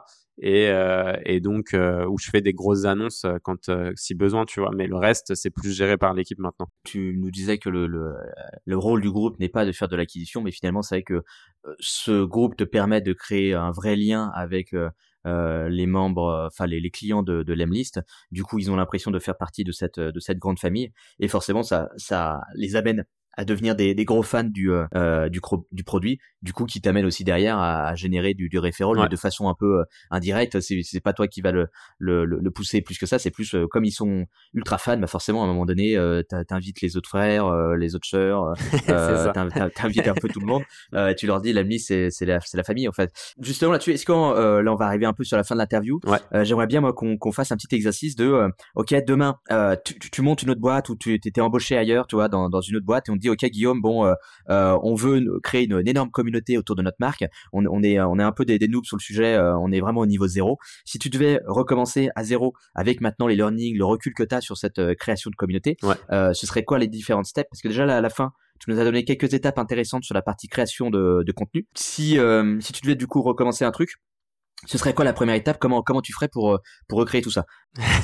Et donc où je fais des grosses annonces quand si besoin, tu vois, mais le reste c'est plus géré par l'équipe maintenant. Tu nous disais que le rôle du groupe n'est pas de faire de l'acquisition, mais finalement c'est vrai que ce groupe te permet de créer un vrai lien avec les membres, enfin les clients de l'Emlist. Du coup, ils ont l'impression de faire partie de cette grande famille, et forcément ça les amène à devenir des gros fans du produit, du coup qui t'amène aussi derrière à générer du referral, mais de façon un peu indirecte. C'est pas toi qui va le pousser plus que ça, c'est plus comme ils sont ultra fans, bah forcément à un moment donné t'invites les autres frères, les autres sœurs, t'invites un peu tout le monde, tu leur dis l'ami c'est la famille en fait. Justement là-dessus, est-ce qu'on là on va arriver un peu sur la fin de l'interview, j'aimerais bien moi qu'on fasse un petit exercice de ok, demain tu montes une autre boîte ou tu t'es embauché ailleurs, tu vois, dans une autre boîte, et on te dit ok Guillaume, bon, on veut créer une énorme communauté autour de notre marque. On est un peu des noobs sur le sujet. On est vraiment au niveau zéro. Si tu devais recommencer à zéro avec maintenant les learnings, le recul que tu as sur cette création de communauté, ce serait quoi les différentes steps? Parce que déjà là, à la fin, tu nous as donné quelques étapes intéressantes sur la partie création de contenu. Si tu devais du coup recommencer un truc, ce serait quoi la première étape? Comment tu ferais pour recréer tout ça?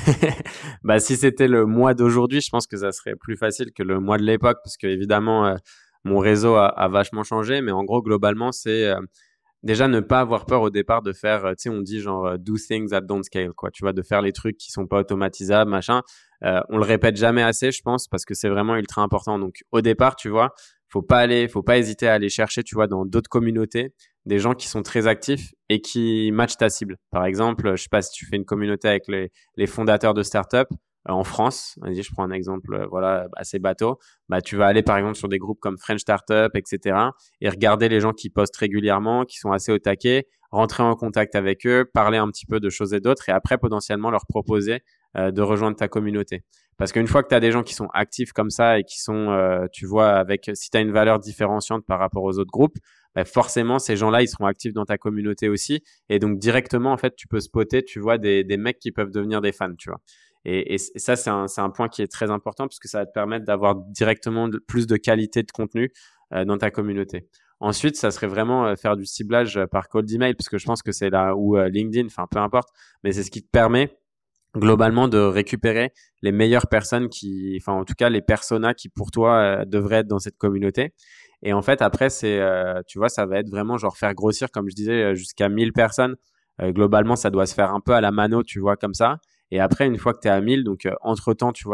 Bah, si c'était le mois d'aujourd'hui, je pense que ça serait plus facile que le mois de l'époque, parce que évidemment, mon réseau a vachement changé. Mais en gros, globalement, c'est déjà ne pas avoir peur au départ de faire, tu sais, on dit genre do things that don't scale, quoi. Tu vois, de faire les trucs qui sont pas automatisables, machin. On le répète jamais assez, je pense, parce que c'est vraiment ultra important. Donc, au départ, tu vois, faut pas hésiter à aller chercher, tu vois, dans d'autres communautés, des gens qui sont très actifs et qui matchent ta cible. Par exemple, je sais pas si tu fais une communauté avec les fondateurs de startups en France. Vas-y, je prends un exemple, voilà, assez bateau. Bah, tu vas aller par exemple sur des groupes comme French Startup, etc. et regarder les gens qui postent régulièrement, qui sont assez au taquet, rentrer en contact avec eux, parler un petit peu de choses et d'autres, et après potentiellement leur proposer de rejoindre ta communauté. Parce qu'une fois que tu as des gens qui sont actifs comme ça et qui sont, tu vois, si tu as une valeur différenciante par rapport aux autres groupes, bah forcément, ces gens-là, ils seront actifs dans ta communauté aussi. Et donc, directement, en fait, tu peux spotter, tu vois, des mecs qui peuvent devenir des fans, tu vois. Et ça, c'est un point qui est très important parce que ça va te permettre d'avoir directement plus de qualité de contenu dans ta communauté. Ensuite, ça serait vraiment faire du ciblage par cold email, parce que je pense que c'est là où LinkedIn, enfin, peu importe, mais c'est ce qui te permet globalement de récupérer les meilleures personnes enfin en tout cas les personas qui pour toi devraient être dans cette communauté. Et en fait après tu vois, ça va être vraiment genre faire grossir, comme je disais, jusqu'à 1000 personnes. Globalement ça doit se faire un peu à la mano, tu vois, comme ça. Et après une fois que tu es à 1000, donc entre-temps, tu vois,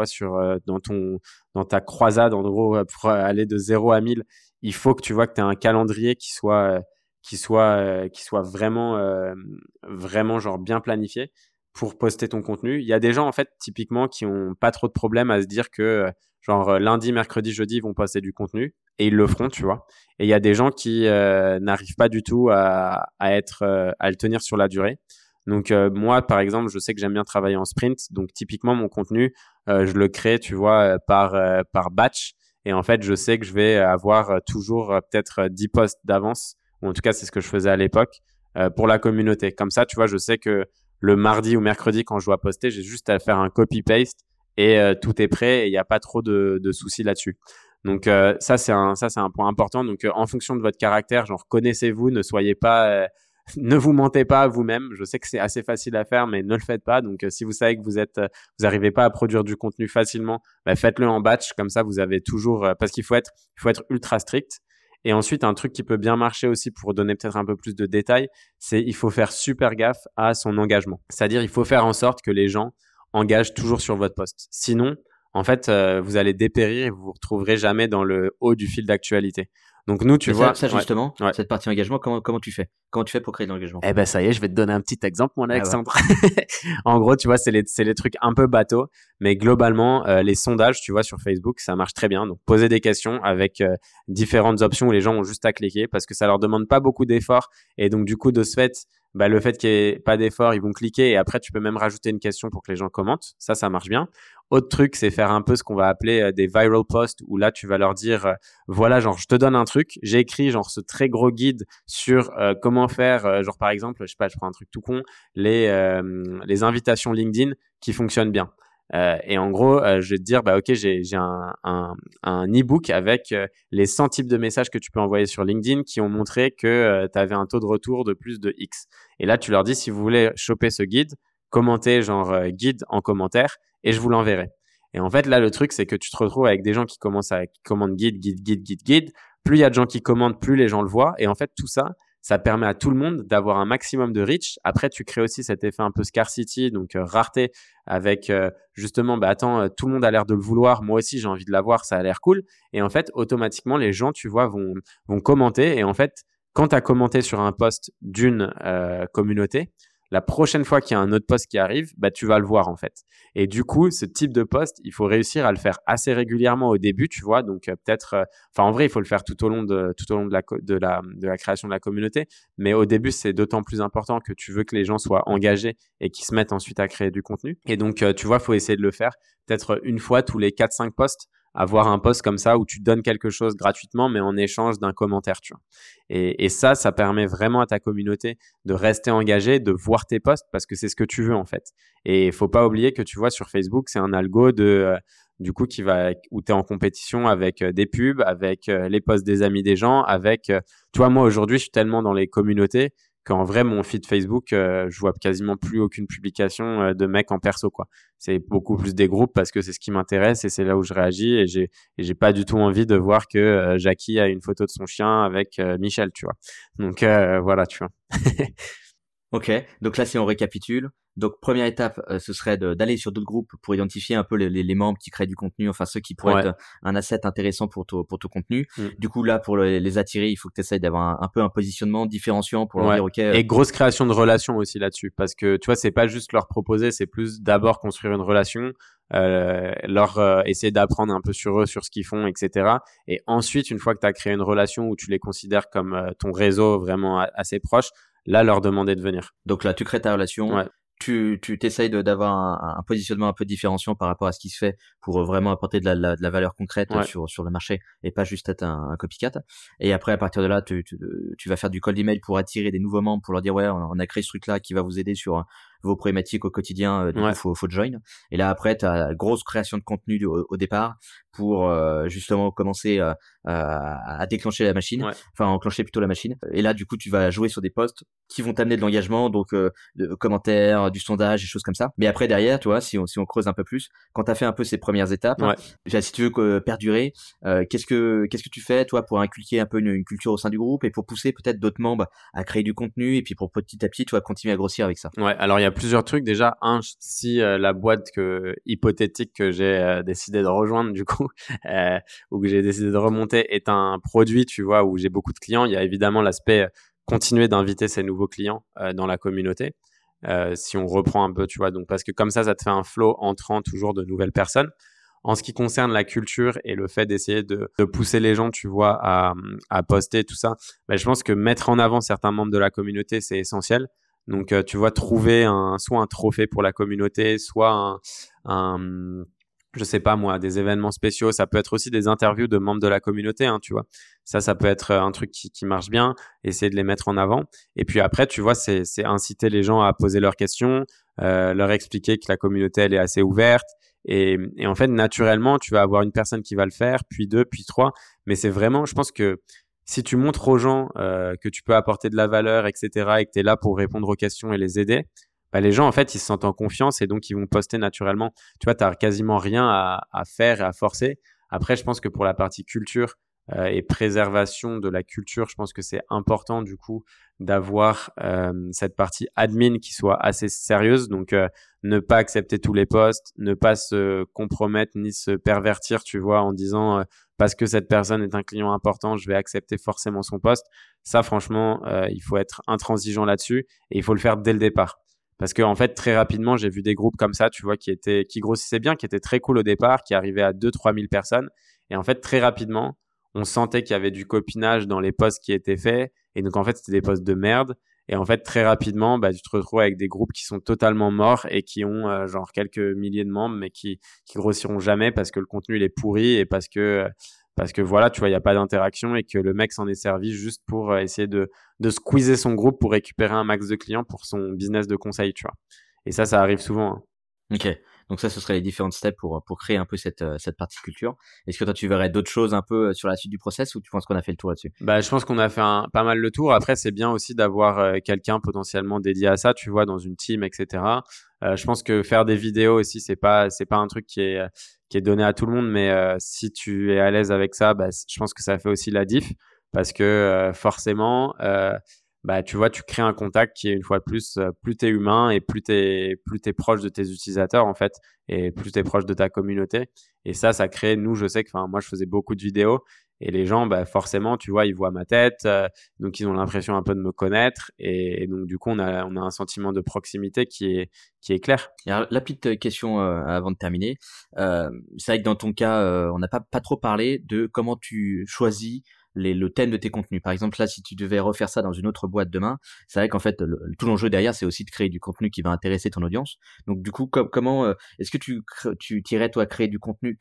dans ta croisade en gros, pour aller de 0 à 1000, il faut que tu vois que tu aies un calendrier qui soit vraiment genre bien planifié pour poster ton contenu. Il y a des gens, en fait, typiquement, qui ont pas trop de problèmes à se dire que, genre, lundi, mercredi, jeudi, ils vont poster du contenu, et ils le feront, tu vois. Et il y a des gens qui n'arrivent pas du tout à le tenir sur la durée. Donc, moi, par exemple, je sais que j'aime bien travailler en sprint. Donc, typiquement, mon contenu, je le crée, tu vois, par batch. Et en fait, je sais que je vais avoir toujours peut-être 10 posts d'avance, ou en tout cas, c'est ce que je faisais à l'époque, pour la communauté. Comme ça, tu vois, je sais que le mardi ou mercredi, quand je dois poster, j'ai juste à faire un copy-paste et tout est prêt, et il n'y a pas trop de soucis là-dessus. Donc ça, c'est un point important. Donc en fonction de votre caractère, genre connaissez-vous, ne soyez pas, ne vous mentez pas à vous-même. Je sais que c'est assez facile à faire, mais ne le faites pas. Donc si vous savez que vous arrivez pas à produire du contenu facilement, bah, faites-le en batch. Comme ça, vous avez toujours, parce qu'il faut être ultra strict. Et ensuite, un truc qui peut bien marcher aussi, pour donner peut-être un peu plus de détails, c'est il faut faire super gaffe à son engagement. C'est-à-dire, il faut faire en sorte que les gens engagent toujours sur votre post. Sinon, en fait, vous allez dépérir et vous vous retrouverez jamais dans le haut du fil d'actualité. Donc nous, tu vois, ça justement, cette partie engagement, comment tu fais? Comment tu fais pour créer de l'engagement? Eh ben ça y est, je vais te donner un petit exemple, mon Alexandre. En gros, tu vois, c'est les trucs un peu bateaux, mais globalement, les sondages, tu vois, sur Facebook, ça marche très bien. Donc poser des questions avec différentes options où les gens ont juste à cliquer, parce que ça leur demande pas beaucoup d'efforts, et donc du coup, de ce fait, bah, le fait qu'il n'y ait pas d'effort, ils vont cliquer, et après, tu peux même rajouter une question pour que les gens commentent. Ça marche bien. Autre truc, c'est faire un peu ce qu'on va appeler des viral posts, où là, tu vas leur dire, voilà, genre, je te donne un truc. J'ai écrit, genre, ce très gros guide sur comment faire, genre, par exemple, je sais pas, je prends un truc tout con, les invitations LinkedIn qui fonctionnent bien. Et en gros, je vais te dire, bah, ok, j'ai un e-book avec les 100 types de messages que tu peux envoyer sur LinkedIn qui ont montré que tu avais un taux de retour de plus de X. Et là, tu leur dis, si vous voulez choper ce guide, commentez genre guide en commentaire et je vous l'enverrai. Et en fait, là, le truc, c'est que tu te retrouves avec des gens qui commandent guide. Plus il y a de gens qui commandent, plus les gens le voient. Et en fait, tout ça, ça permet à tout le monde d'avoir un maximum de reach. Après, tu crées aussi cet effet un peu scarcity, donc rareté, avec justement, bah attends, tout le monde a l'air de le vouloir, moi aussi j'ai envie de l'avoir, ça a l'air cool. Et en fait, automatiquement, les gens, tu vois, vont commenter. Et en fait, quand tu as commenté sur un post d'une communauté, la prochaine fois qu'il y a un autre post qui arrive, bah, tu vas le voir en fait. Et du coup, ce type de post, il faut réussir à le faire assez régulièrement au début, tu vois. Donc peut-être, en vrai, il faut le faire tout au long de la création de la communauté. Mais au début, c'est d'autant plus important que tu veux que les gens soient engagés et qu'ils se mettent ensuite à créer du contenu. Et donc, tu vois, faut essayer de le faire peut-être une fois tous les 4-5 posts avoir un post comme ça où tu donnes quelque chose gratuitement, mais en échange d'un commentaire, tu vois. Et ça permet vraiment à ta communauté de rester engagée, de voir tes posts parce que c'est ce que tu veux en fait. Et il faut pas oublier que tu vois sur Facebook, c'est un algo du coup où tu es en compétition avec des pubs, avec les posts des amis des gens, avec tu vois, moi aujourd'hui, je suis tellement dans les communautés qu'en vrai, mon feed Facebook, je vois quasiment plus aucune publication de mecs en perso, quoi. C'est beaucoup plus des groupes parce que c'est ce qui m'intéresse et c'est là où je réagis et j'ai pas du tout envie de voir que Jackie a une photo de son chien avec Michel, tu vois. Donc voilà, tu vois. Ok, donc là si on récapitule, donc première étape, ce serait d'aller sur d'autres groupes pour identifier un peu les membres qui créent du contenu, enfin ceux qui pourraient être un asset intéressant pour ton contenu. Du coup là pour les attirer, il faut que tu essayes d'avoir un peu un positionnement différenciant pour leur dire ok. Et grosse création de relations aussi là-dessus, parce que tu vois c'est pas juste leur proposer, c'est plus d'abord construire une relation, essayer d'apprendre un peu sur eux, sur ce qu'ils font, etc. Et ensuite une fois que tu as créé une relation où tu les considères comme ton réseau vraiment assez proche, là, leur demander de venir. Donc là, tu crées ta relation, tu t'essayes d'avoir un positionnement un peu différenciant par rapport à ce qui se fait pour vraiment apporter de la valeur concrète sur le marché et pas juste être un copycat. Et après, à partir de là, tu vas faire du cold email pour attirer des nouveaux membres, pour leur dire ouais, on a créé ce truc-là qui va vous aider sur vos problématiques au quotidien, du coup faut join. Et là après tu as grosse création de contenu au départ pour justement commencer à déclencher la machine, enfin enclencher plutôt la machine. Et là du coup tu vas jouer sur des posts qui vont t'amener de l'engagement, donc de commentaires, du sondage, des choses comme ça. Mais après derrière, tu vois, si on creuse un peu plus, quand tu as fait un peu ces premières étapes, si tu veux perdurer, qu'est-ce que tu fais toi pour inculquer un peu une culture au sein du groupe et pour pousser peut-être d'autres membres à créer du contenu et puis pour petit à petit tu vas continuer à grossir avec ça. Ouais, alors il y a plusieurs trucs. Déjà, si la boîte hypothétique que j'ai décidé de rejoindre du coup, ou que j'ai décidé de remonter est un produit, tu vois, où j'ai beaucoup de clients, il y a évidemment l'aspect continuer d'inviter ces nouveaux clients dans la communauté. Si on reprend un peu, tu vois, donc parce que comme ça te fait un flow entrant toujours de nouvelles personnes. En ce qui concerne la culture et le fait d'essayer de pousser les gens, tu vois, à poster tout ça, je pense que mettre en avant certains membres de la communauté, c'est essentiel. Donc, tu vois, trouver soit un trophée pour la communauté, soit je sais pas moi, des événements spéciaux. Ça peut être aussi des interviews de membres de la communauté, hein, tu vois. Ça peut être un truc qui marche bien, essayer de les mettre en avant. Et puis après, tu vois, c'est inciter les gens à poser leurs questions, leur expliquer que la communauté, elle est assez ouverte. Et en fait, naturellement, tu vas avoir une personne qui va le faire, puis deux, puis trois. Mais c'est vraiment, je pense que si tu montres aux gens que tu peux apporter de la valeur, etc., et que tu es là pour répondre aux questions et les aider, les gens, en fait, ils se sentent en confiance et donc ils vont poster naturellement. Tu vois, tu n'as quasiment rien à faire et à forcer. Après, je pense que pour la partie culture et préservation de la culture, je pense que c'est important, du coup, d'avoir cette partie admin qui soit assez sérieuse. Donc, ne pas accepter tous les posts, ne pas se compromettre ni se pervertir, tu vois, en disant parce que cette personne est un client important, je vais accepter forcément son post. Ça, franchement, il faut être intransigeant là-dessus et il faut le faire dès le départ. Parce que en fait, très rapidement, j'ai vu des groupes comme ça, tu vois, qui grossissaient bien, qui étaient très cool au départ, qui arrivaient à 2-3 000 personnes. Et en fait, très rapidement, on sentait qu'il y avait du copinage dans les posts qui étaient faits. Et donc, en fait, c'était des posts de merde. Et en fait, très rapidement, tu te retrouves avec des groupes qui sont totalement morts et qui ont genre quelques milliers de membres, mais qui grossiront jamais parce que le contenu, il est pourri et parce que voilà, tu vois, il n'y a pas d'interaction et que le mec s'en est servi juste pour essayer de squeezer son groupe pour récupérer un max de clients pour son business de conseil, tu vois. Et ça arrive souvent. Hein. Ok, donc ça, ce serait les différentes steps pour créer un peu cette partie culture. Est-ce que toi, tu verrais d'autres choses un peu sur la suite du process ou tu penses qu'on a fait le tour là-dessus? Je pense qu'on a fait pas mal le tour. Après, c'est bien aussi d'avoir quelqu'un potentiellement dédié à ça, tu vois, dans une team, etc. Je pense que faire des vidéos aussi, c'est pas un truc qui est donné à tout le monde, mais si tu es à l'aise avec ça, je pense que ça fait aussi la diff parce que forcément, tu vois, tu crées un contact qui est une fois de plus, plus t'es humain et plus t'es proche de tes utilisateurs en fait et plus t'es proche de ta communauté. Et ça crée, nous, je sais que, moi, je faisais beaucoup de vidéos et les gens, forcément, tu vois, ils voient ma tête, donc ils ont l'impression un peu de me connaître et donc du coup, on a un sentiment de proximité qui est clair. Alors, la petite question avant de terminer, c'est vrai que dans ton cas, on n'a pas trop parlé de comment tu choisis le thème de tes contenus. Par exemple, là, si tu devais refaire ça dans une autre boîte demain, c'est vrai qu'en fait, tout l'enjeu derrière, c'est aussi de créer du contenu qui va intéresser ton audience. Donc, du coup, comment est-ce que tu irais, toi, créer du contenu que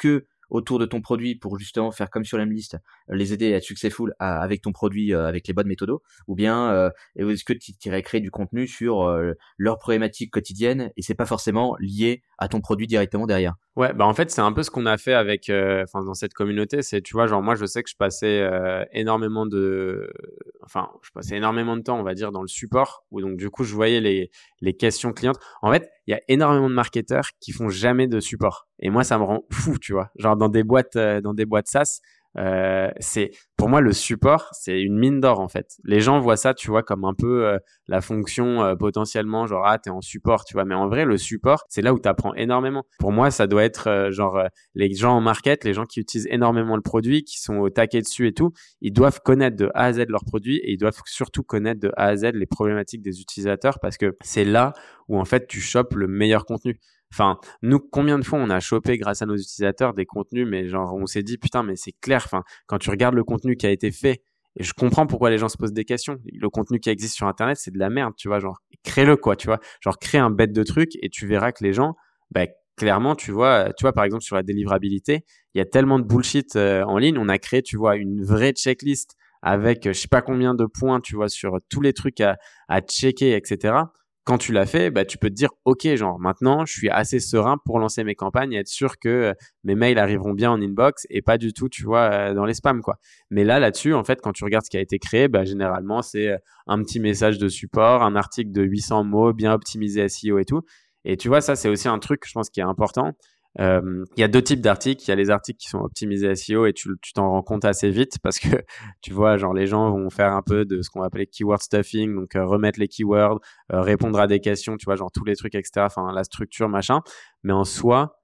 autour de ton produit pour justement faire comme sur l'Emlist, les aider à être successful avec ton produit, avec les bonnes méthodos, ou bien est-ce que tu irais créer du contenu sur leurs problématiques quotidiennes et c'est pas forcément lié à ton produit directement derrière? Ouais, bah en fait, c'est un peu ce qu'on a fait avec, dans cette communauté. C'est, tu vois, genre moi, je sais que je passais énormément de temps, on va dire, dans le support, où donc du coup, je voyais les questions clientes. En fait, il y a énormément de marketeurs qui font jamais de support. Et moi, ça me rend fou, tu vois. Genre dans des boîtes SaaS, c'est pour moi le support, c'est une mine d'or en fait. Les gens voient ça, tu vois, comme un peu la fonction potentiellement genre t'es en support, tu vois. Mais en vrai, le support, c'est là où t'apprends énormément. Pour moi, ça doit être les gens en market, les gens qui utilisent énormément le produit, qui sont au taquet dessus et tout, ils doivent connaître de A à Z leur produit et ils doivent surtout connaître de A à Z les problématiques des utilisateurs parce que c'est là où en fait tu chopes le meilleur contenu. Enfin, nous, combien de fois on a chopé grâce à nos utilisateurs des contenus, mais genre on s'est dit putain, mais c'est clair. Enfin, quand tu regardes le contenu qui a été fait, et je comprends pourquoi les gens se posent des questions. Le contenu qui existe sur Internet, c'est de la merde, tu vois. Genre, crée-le quoi, tu vois. Genre, crée un bête de truc et tu verras que les gens, bah clairement, tu vois, par exemple sur la délivrabilité, il y a tellement de bullshit en ligne. On a créé, tu vois, une vraie checklist avec je sais pas combien de points, tu vois, sur tous les trucs à checker, etc. Quand tu l'as fait, bah, tu peux te dire, OK, genre, maintenant, je suis assez serein pour lancer mes campagnes et être sûr que mes mails arriveront bien en inbox et pas du tout, tu vois, dans les spams, quoi. Mais là-dessus, en fait, quand tu regardes ce qui a été créé, bah, généralement, c'est un petit message de support, un article de 800 mots, bien optimisé SEO et tout. Et tu vois, ça, c'est aussi un truc, je pense, qui est important. Il y a deux types d'articles. Il y a les articles qui sont optimisés SEO et tu t'en rends compte assez vite parce que tu vois, genre les gens vont faire un peu de ce qu'on va appeler keyword stuffing, donc remettre les keywords, répondre à des questions, tu vois, genre tous les trucs, etc. Enfin, la structure, machin. Mais en soi,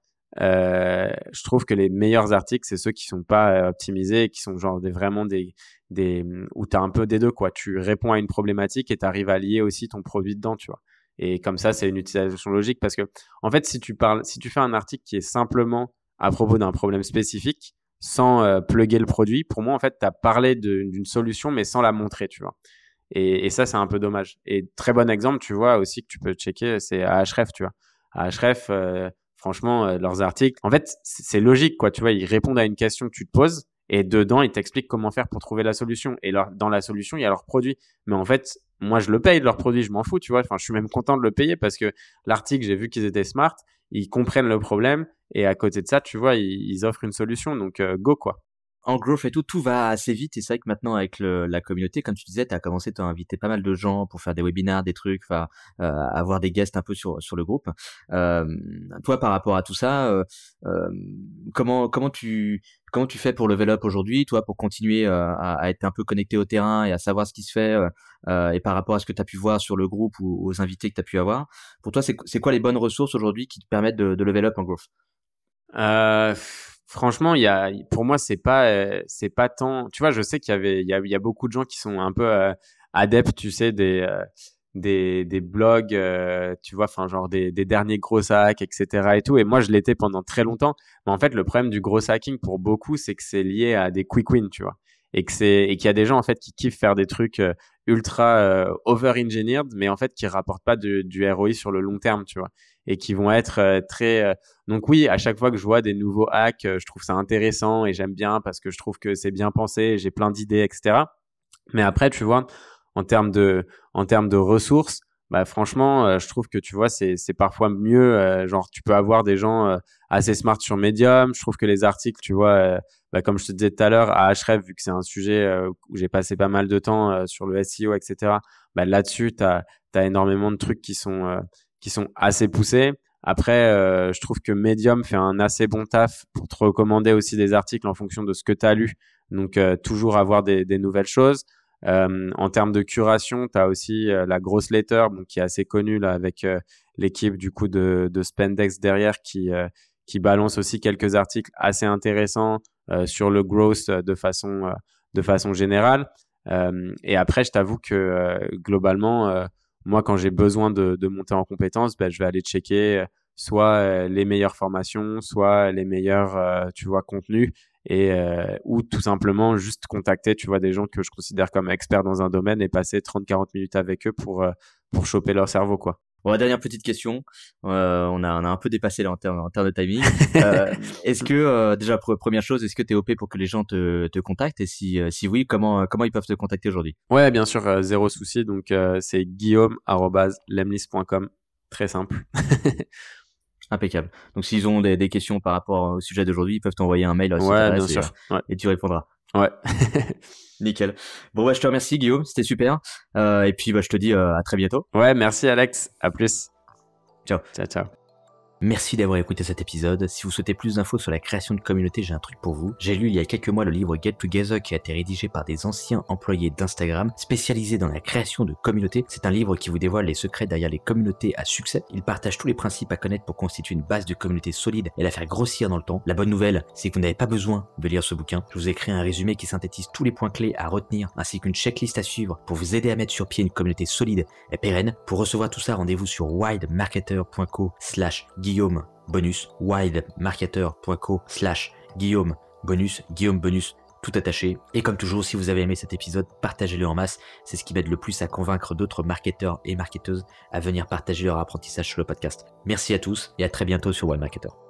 je trouve que les meilleurs articles, c'est ceux qui sont pas optimisés, qui sont genre vraiment des où t'as un peu des deux, quoi. Tu réponds à une problématique et t'arrives à lier aussi ton produit dedans, tu vois. Et comme ça, c'est une utilisation logique parce que, en fait, si tu fais un article qui est simplement à propos d'un problème spécifique, sans plugger le produit, pour moi, en fait, tu as parlé d'une solution, mais sans la montrer, tu vois. Et ça, c'est un peu dommage. Et très bon exemple, tu vois, aussi que tu peux checker, c'est Ahref, tu vois. Ahref, franchement, leurs articles, en fait, c'est logique, quoi, tu vois, ils répondent à une question que tu te poses et dedans, ils t'expliquent comment faire pour trouver la solution. Et dans la solution, il y a leur produit. Mais en fait, moi, je le paye de leur produit, je m'en fous, tu vois. Enfin, je suis même content de le payer parce que l'article, j'ai vu qu'ils étaient smart, ils comprennent le problème et à côté de ça, tu vois, ils offrent une solution. Donc, go, quoi. En growth et tout va assez vite. Et c'est vrai que maintenant, avec la communauté, comme tu disais, tu as commencé, tu as invité pas mal de gens pour faire des webinars, des trucs, enfin, avoir des guests un peu sur le groupe. Toi, par rapport à tout ça, comment tu fais pour level up aujourd'hui, toi, pour continuer à être un peu connecté au terrain et à savoir ce qui se fait, et par rapport à ce que tu as pu voir sur le groupe ou aux invités que tu as pu avoir. Pour toi, c'est quoi les bonnes ressources aujourd'hui qui te permettent de level up en growth? Franchement, pour moi, c'est pas tant. Tu vois, je sais il y a beaucoup de gens qui sont un peu adeptes, tu sais, des blogs, tu vois, enfin, genre des derniers gros hacks, etc. et tout. Et moi, je l'étais pendant très longtemps. Mais en fait, le problème du gros hacking pour beaucoup, c'est que c'est lié à des quick wins, tu vois. Et qu'il y a des gens, en fait, qui kiffent faire des trucs ultra over-engineered, mais en fait, qui rapportent pas du ROI sur le long terme, tu vois. Et qui vont être très. Donc oui, à chaque fois que je vois des nouveaux hacks, je trouve ça intéressant et j'aime bien parce que je trouve que c'est bien pensé, j'ai plein d'idées, etc. Mais après, tu vois, en termes de ressources, bah franchement, je trouve que tu vois, c'est parfois mieux. Genre, tu peux avoir des gens assez smart sur Medium. Je trouve que les articles, tu vois, bah, comme je te disais tout à l'heure, à Ahref, vu que c'est un sujet où j'ai passé pas mal de temps sur le SEO, etc. Bah là-dessus, t'as énormément de trucs qui sont assez poussés. Après, je trouve que Medium fait un assez bon taf pour te recommander aussi des articles en fonction de ce que tu as lu. Donc, toujours avoir des nouvelles choses. En termes de curation, tu as aussi la grosse letter, bon, qui est assez connue là, avec l'équipe du coup de Spendex derrière qui balance aussi quelques articles assez intéressants sur le growth de façon générale. Et après, je t'avoue que globalement, moi, quand j'ai besoin de monter en compétences, ben, je vais aller checker soit les meilleures formations, soit les meilleurs, tu vois, contenus, et ou tout simplement juste contacter, tu vois, des gens que je considère comme experts dans un domaine et passer 30-40 minutes avec eux pour choper leur cerveau, quoi. Bon, dernière petite question. On a un peu dépassé là en termes de timing. Est-ce que déjà première chose, est-ce que t'es OP pour que les gens te contactent et si oui, comment ils peuvent te contacter aujourd'hui? Ouais, bien sûr, zéro souci. Donc c'est guillaume@lemlist.com. Très simple. Impeccable. Donc s'ils ont des questions par rapport au sujet d'aujourd'hui, ils peuvent t'envoyer un mail à cette Ouais, adresse bien sûr. Ouais. et tu répondras. Ouais. Nickel. Bon, je te remercie Guillaume, c'était super. Et puis je te dis à très bientôt. Ouais, merci Alex. À plus. Ciao. Ciao, ciao. Merci d'avoir écouté cet épisode. Si vous souhaitez plus d'infos sur la création de communauté, j'ai un truc pour vous. J'ai lu il y a quelques mois le livre Get Together qui a été rédigé par des anciens employés d'Instagram spécialisés dans la création de communautés. C'est un livre qui vous dévoile les secrets derrière les communautés à succès. Il partage tous les principes à connaître pour constituer une base de communauté solide et la faire grossir dans le temps. La bonne nouvelle, c'est que vous n'avez pas besoin de lire ce bouquin. Je vous ai créé un résumé qui synthétise tous les points clés à retenir ainsi qu'une checklist à suivre pour vous aider à mettre sur pied une communauté solide et pérenne. Pour recevoir tout ça, rendez-vous sur wildmarketer.co/Guillaume bonus, wildmarketer.co/Guillaume bonus, Guillaume bonus, tout attaché. Et comme toujours, si vous avez aimé cet épisode, partagez-le en masse. C'est ce qui m'aide le plus à convaincre d'autres marketeurs et marketeuses à venir partager leur apprentissage sur le podcast. Merci à tous et à très bientôt sur Wild Marketer.